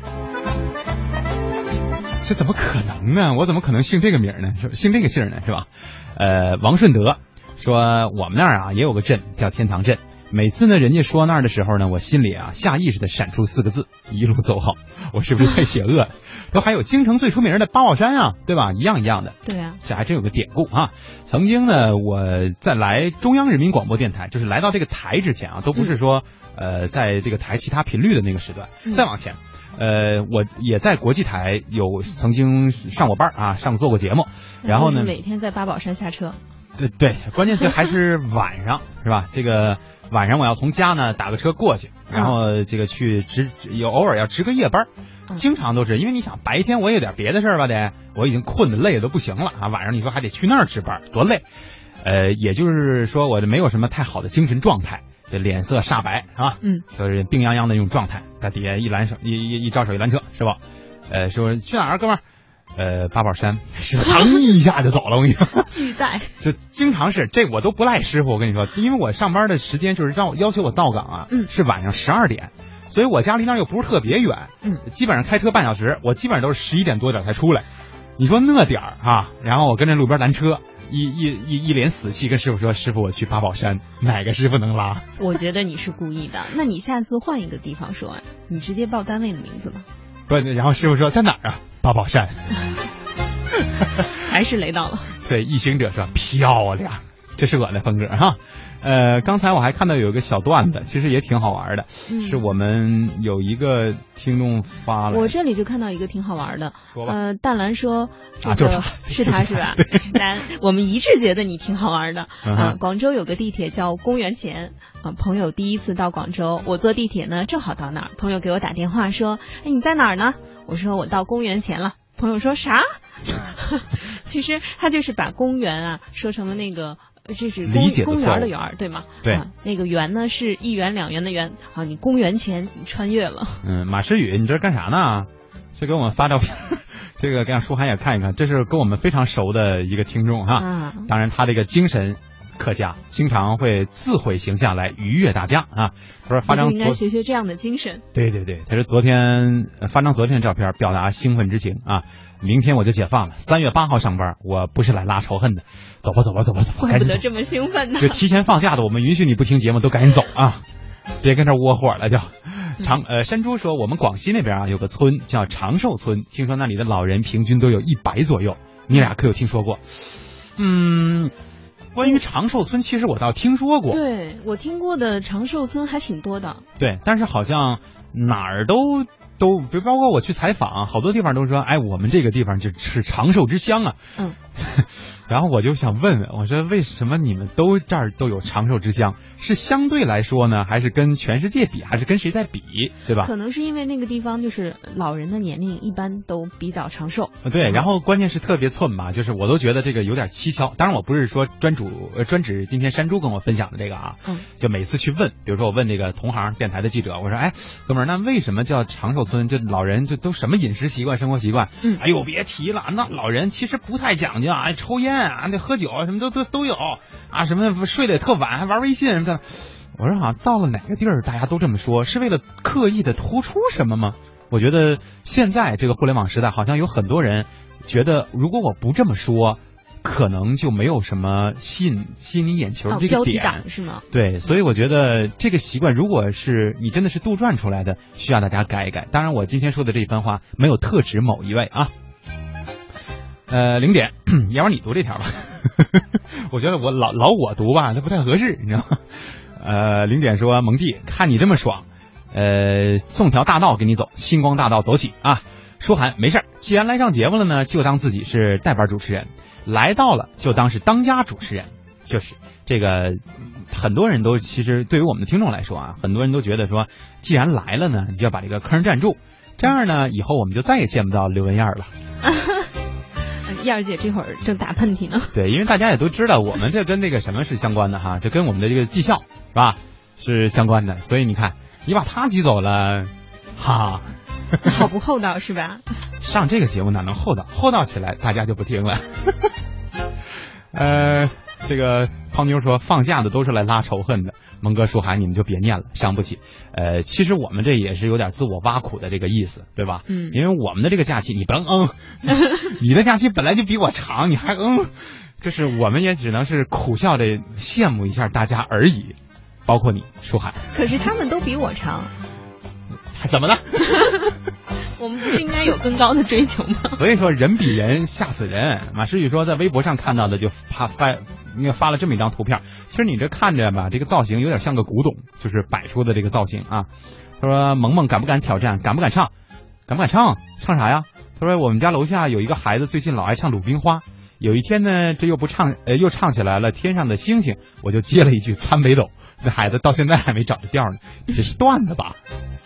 这怎么可能呢？我怎么可能姓这个名呢？姓这个姓呢？是吧？呃，王顺德说我们那儿啊也有个镇叫天堂镇，每次呢人家说那儿的时候呢，我心里啊下意识的闪出四个字：一路走好。我是不是太邪恶了？都还有京城最出名的八宝山啊，对吧？一样一样的。 对啊， 这还真有个典故啊。曾经呢，我在来中央人民广播电台，就是来到这个台之前啊，都不是说、嗯、呃在这个台其他频率的那个时段， 嗯、 再往前。呃，我也在国际台有曾经上过班啊，上过做过节目，然后呢， 每天在八宝山下车。 对对，关键这还是晚上是吧？这个晚上我要从家呢打个车过去，然后这个去值有偶尔要值个夜班，经常都是因为你想白天我有点别的事儿吧得，我已经困得累的都不行了啊，晚上你说还得去那儿值班，多累。呃，也就是说我这没有什么太好的精神状态。这脸色煞白啊， 嗯， 就是病殃殃的那种状态，在底下一拦手一一一招手一拦车，是吧？呃，说去哪儿，哥们儿？呃，八宝山，是腾一下就走了，我跟你说， 巨带， 就经常是这我都不赖师傅，我跟你说，因为我上班的时间就是让要求我到岗啊， 嗯， 是晚上十二点，所以我家离那儿又不是特别远， 嗯， 基本上开车半小时，我基本上都是十一点多点才出来。你说那点儿啊，然后我跟着路边拦车。一一一一脸死气跟师傅说：“师傅，我去八宝山，哪个师傅能拉？” 我觉得你是故意的。那你下次换一个地方说啊，你直接报单位的名字吧。 不，然后师傅说在哪儿啊？八宝山。 还是雷到了。 对，异行者说漂亮，这是我的风格哈。呃，刚才我还看到有一个小段子，其实也挺好玩的，嗯、是我们有一个听众发了。 我这里就看到一个挺好玩的，呃，淡蓝说这个、 啊、是他是吧？蓝，我们一致觉得你挺好玩的。嗯、呃，广州有个地铁叫公园前，啊、呃，朋友第一次到广州，我坐地铁呢正好到那儿，朋友给我打电话说，哎，你在哪儿呢？我说我到公园前了。朋友说啥？其实他就是把公园啊说成了那个。这是公公园的园对吗？ 对、 啊，那个园呢是一元两元的元啊，你公元前你穿越了。 嗯，马诗雨，你这是干啥呢？这给我们发照片，这个让舒涵也看一看，这是跟我们非常熟的一个听众哈。 啊、 当然他这个精神可嘉，经常会自毁形象来愉悦大家啊。他说发张应该学学这样的精神。 对对对，他说昨天发张昨天的照片，表达兴奋之情啊。明天我就解放了，三月八号上班，我不是来拉仇恨的。走吧走吧走吧走吧， 怪不得这么兴奋呢。 就提前放假的，我们允许你不听节目，都赶紧走啊！别跟这窝火了就。长呃，山猪说我们广西那边啊有个村叫长寿村，听说那里的老人平均都有一百左右，你俩可有听说过？嗯。关于长寿村，其实我倒听说过。 对，我听过的长寿村还挺多的。 对，但是好像哪儿都都，比如包括我去采访，好多地方都说，哎，我们这个地方就是长寿之乡啊。 嗯。 然后我就想问问，我说为什么你们都这儿都有长寿之乡？是相对来说呢，还是跟全世界比，还是跟谁在比，对吧？ 可能是因为那个地方就是老人的年龄一般都比较长寿。 对，然后关键是特别寸吧，就是我都觉得这个有点蹊跷。当然我不是说专主呃专指今天山猪跟我分享的这个啊， 嗯， 就每次去问，比如说我问这个同行电台的记者，我说哎哥们儿，那为什么叫长寿村？这老人就都什么饮食习惯、生活习惯？ 嗯， 哎呦别提了，那老人其实不太讲究啊，抽烟啊，那喝酒什么都都都有啊，什么睡得也特晚，还玩微信什么的。我说好像到了哪个地儿大家都这么说，是为了刻意的突出什么吗？我觉得现在这个互联网时代，好像有很多人觉得，如果我不这么说，可能就没有什么吸引吸引你眼球的这个点， 哦、标题党是吗？ 对，所以我觉得这个习惯，如果是你真的是杜撰出来的，需要大家改一改。当然，我今天说的这一番话没有特指某一位啊。呃，零点，要不然你读这条吧。我觉得我老老我读吧，它不太合适，你知道吗？呃，零点说蒙弟，看你这么爽，呃，送条大道给你走，星光大道走起啊！舒涵，没事儿，既然来上节目了呢，就当自己是代班主持人，来到了就当是当家主持人，就是这个。很多人都其实对于我们的听众来说啊，很多人都觉得说，既然来了呢，你就要把这个坑占住。 这样呢，以后我们就再也见不到刘文燕了。 燕儿姐这会儿正打喷嚏呢。 对，因为大家也都知道，我们这跟这个什么是相关的哈，这跟我们的这个绩效是吧是相关的，所以你看，你把他挤走了，哈， 好不厚道是吧？ 上这个节目哪能厚道？厚道起来大家就不听了。呃，这个胖妞说放假的都是来拉仇恨的，蒙哥、舒涵你们就别念了，伤不起。呃，其实我们这也是有点自我挖苦的这个意思，对吧？ 嗯， 因为我们的这个假期，你不能嗯，你的假期本来就比我长，你还嗯，就是我们也只能是苦笑着羡慕一下大家而已，包括你，舒涵。 可是他们都比我长， 怎么了？ 我们不是应该有更高的追求吗？ 所以说人比人吓死人。马诗雨说在微博上看到的就发发应该发了这么一张图片，其实你这看着吧，这个造型有点像个古董，就是摆出的这个造型啊。他说萌萌敢不敢挑战，敢不敢唱，敢不敢唱，唱啥呀？他说我们家楼下有一个孩子最近老爱唱鲁冰花，有一天呢这又不唱呃又唱起来了天上的星星，我就接了一句参北斗，这孩子到现在还没找着调呢，这是段子吧？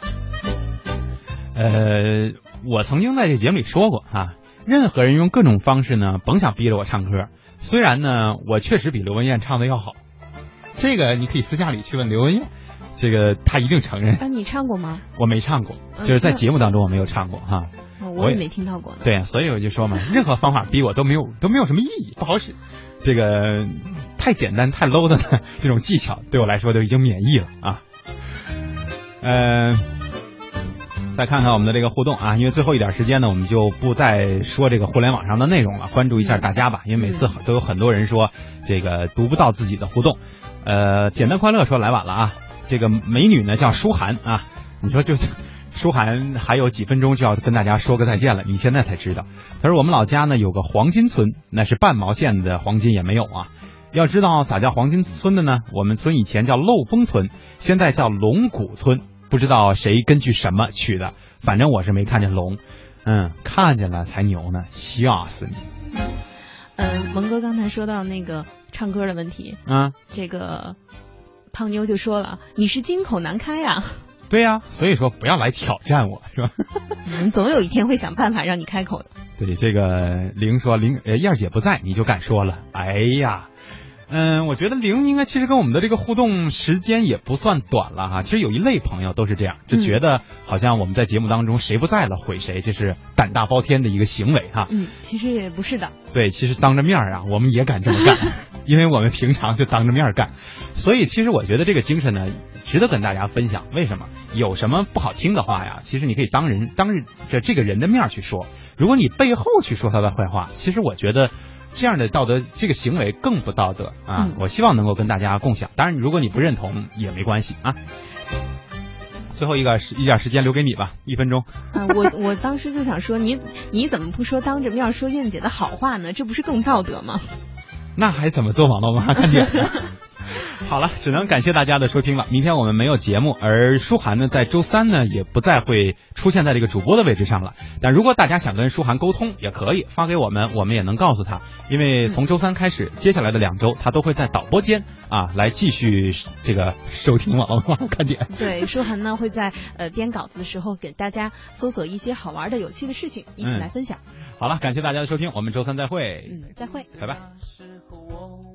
呃，我曾经在这节目里说过啊，任何人用各种方式呢，甭想逼着我唱歌。虽然呢，我确实比刘文燕唱的要好，这个你可以私下里去问刘文燕，这个他一定承认。 啊，你唱过吗？ 我没唱过，就是在节目当中我没有唱过哈。 哦，我也没听到过呢。 对，所以我就说嘛，任何方法逼我都没有都没有什么意义，不好使。这个太简单太 low 的呢，这种技巧对我来说都已经免疫了啊。嗯、呃。再看看我们的这个互动啊，因为最后一点时间呢，我们就不再说这个互联网上的内容了，关注一下大家吧，因为每次都有很多人说这个读不到自己的互动。呃，简单快乐说来晚了啊，这个美女呢叫舒涵啊，你说就舒涵还有几分钟就要跟大家说个再见了，你现在才知道。他说我们老家呢有个黄金村，那是半毛线的黄金也没有啊。要知道咋叫黄金村的呢？我们村以前叫漏风村，现在叫龙骨村。不知道谁根据什么取的，反正我是没看见龙，嗯，看见了才牛呢，吓死你。 嗯、呃，蒙哥刚才说到那个唱歌的问题， 啊， 这个胖妞就说了，你是金口难开啊。 对呀、啊，所以说不要来挑战我，是吧？ 嗯，总有一天会想办法让你开口的。 对，这个玲说玲呃燕姐不在，你就敢说了，哎呀。嗯，我觉得玲应该其实跟我们的这个互动时间也不算短了哈。其实有一类朋友都是这样，就觉得好像我们在节目当中谁不在了毁谁，这是胆大包天的一个行为哈。 嗯，其实也不是的。 对，其实当着面啊，我们也敢这么干，因为我们平常就当着面干。所以其实我觉得这个精神呢，值得跟大家分享。为什么？有什么不好听的话呀，其实你可以当人当着这个人的面去说。如果你背后去说他的坏话，其实我觉得。这样的道德，这个行为更不道德啊！嗯、我希望能够跟大家共享。当然，如果你不认同也没关系啊。最后一个一点时间留给你吧，一分钟。 啊，我我当时就想说，你你怎么不说当着面说燕姐的好话呢？这不是更道德吗？ 那还怎么做网络文化看点呢？好了，只能感谢大家的收听了。明天我们没有节目，而舒涵呢，在周三呢也不再会出现在这个主播的位置上了。但如果大家想跟舒涵沟通，也可以发给我们，我们也能告诉他。因为从周三开始，接下来的两周，他都会在导播间啊来继续这个收听网络文化看点。 对，舒涵呢会在呃编稿子的时候给大家搜索一些好玩的、有趣的事情，一起来分享。 嗯、好了，感谢大家的收听，我们周三再会。 嗯，再会， 拜拜。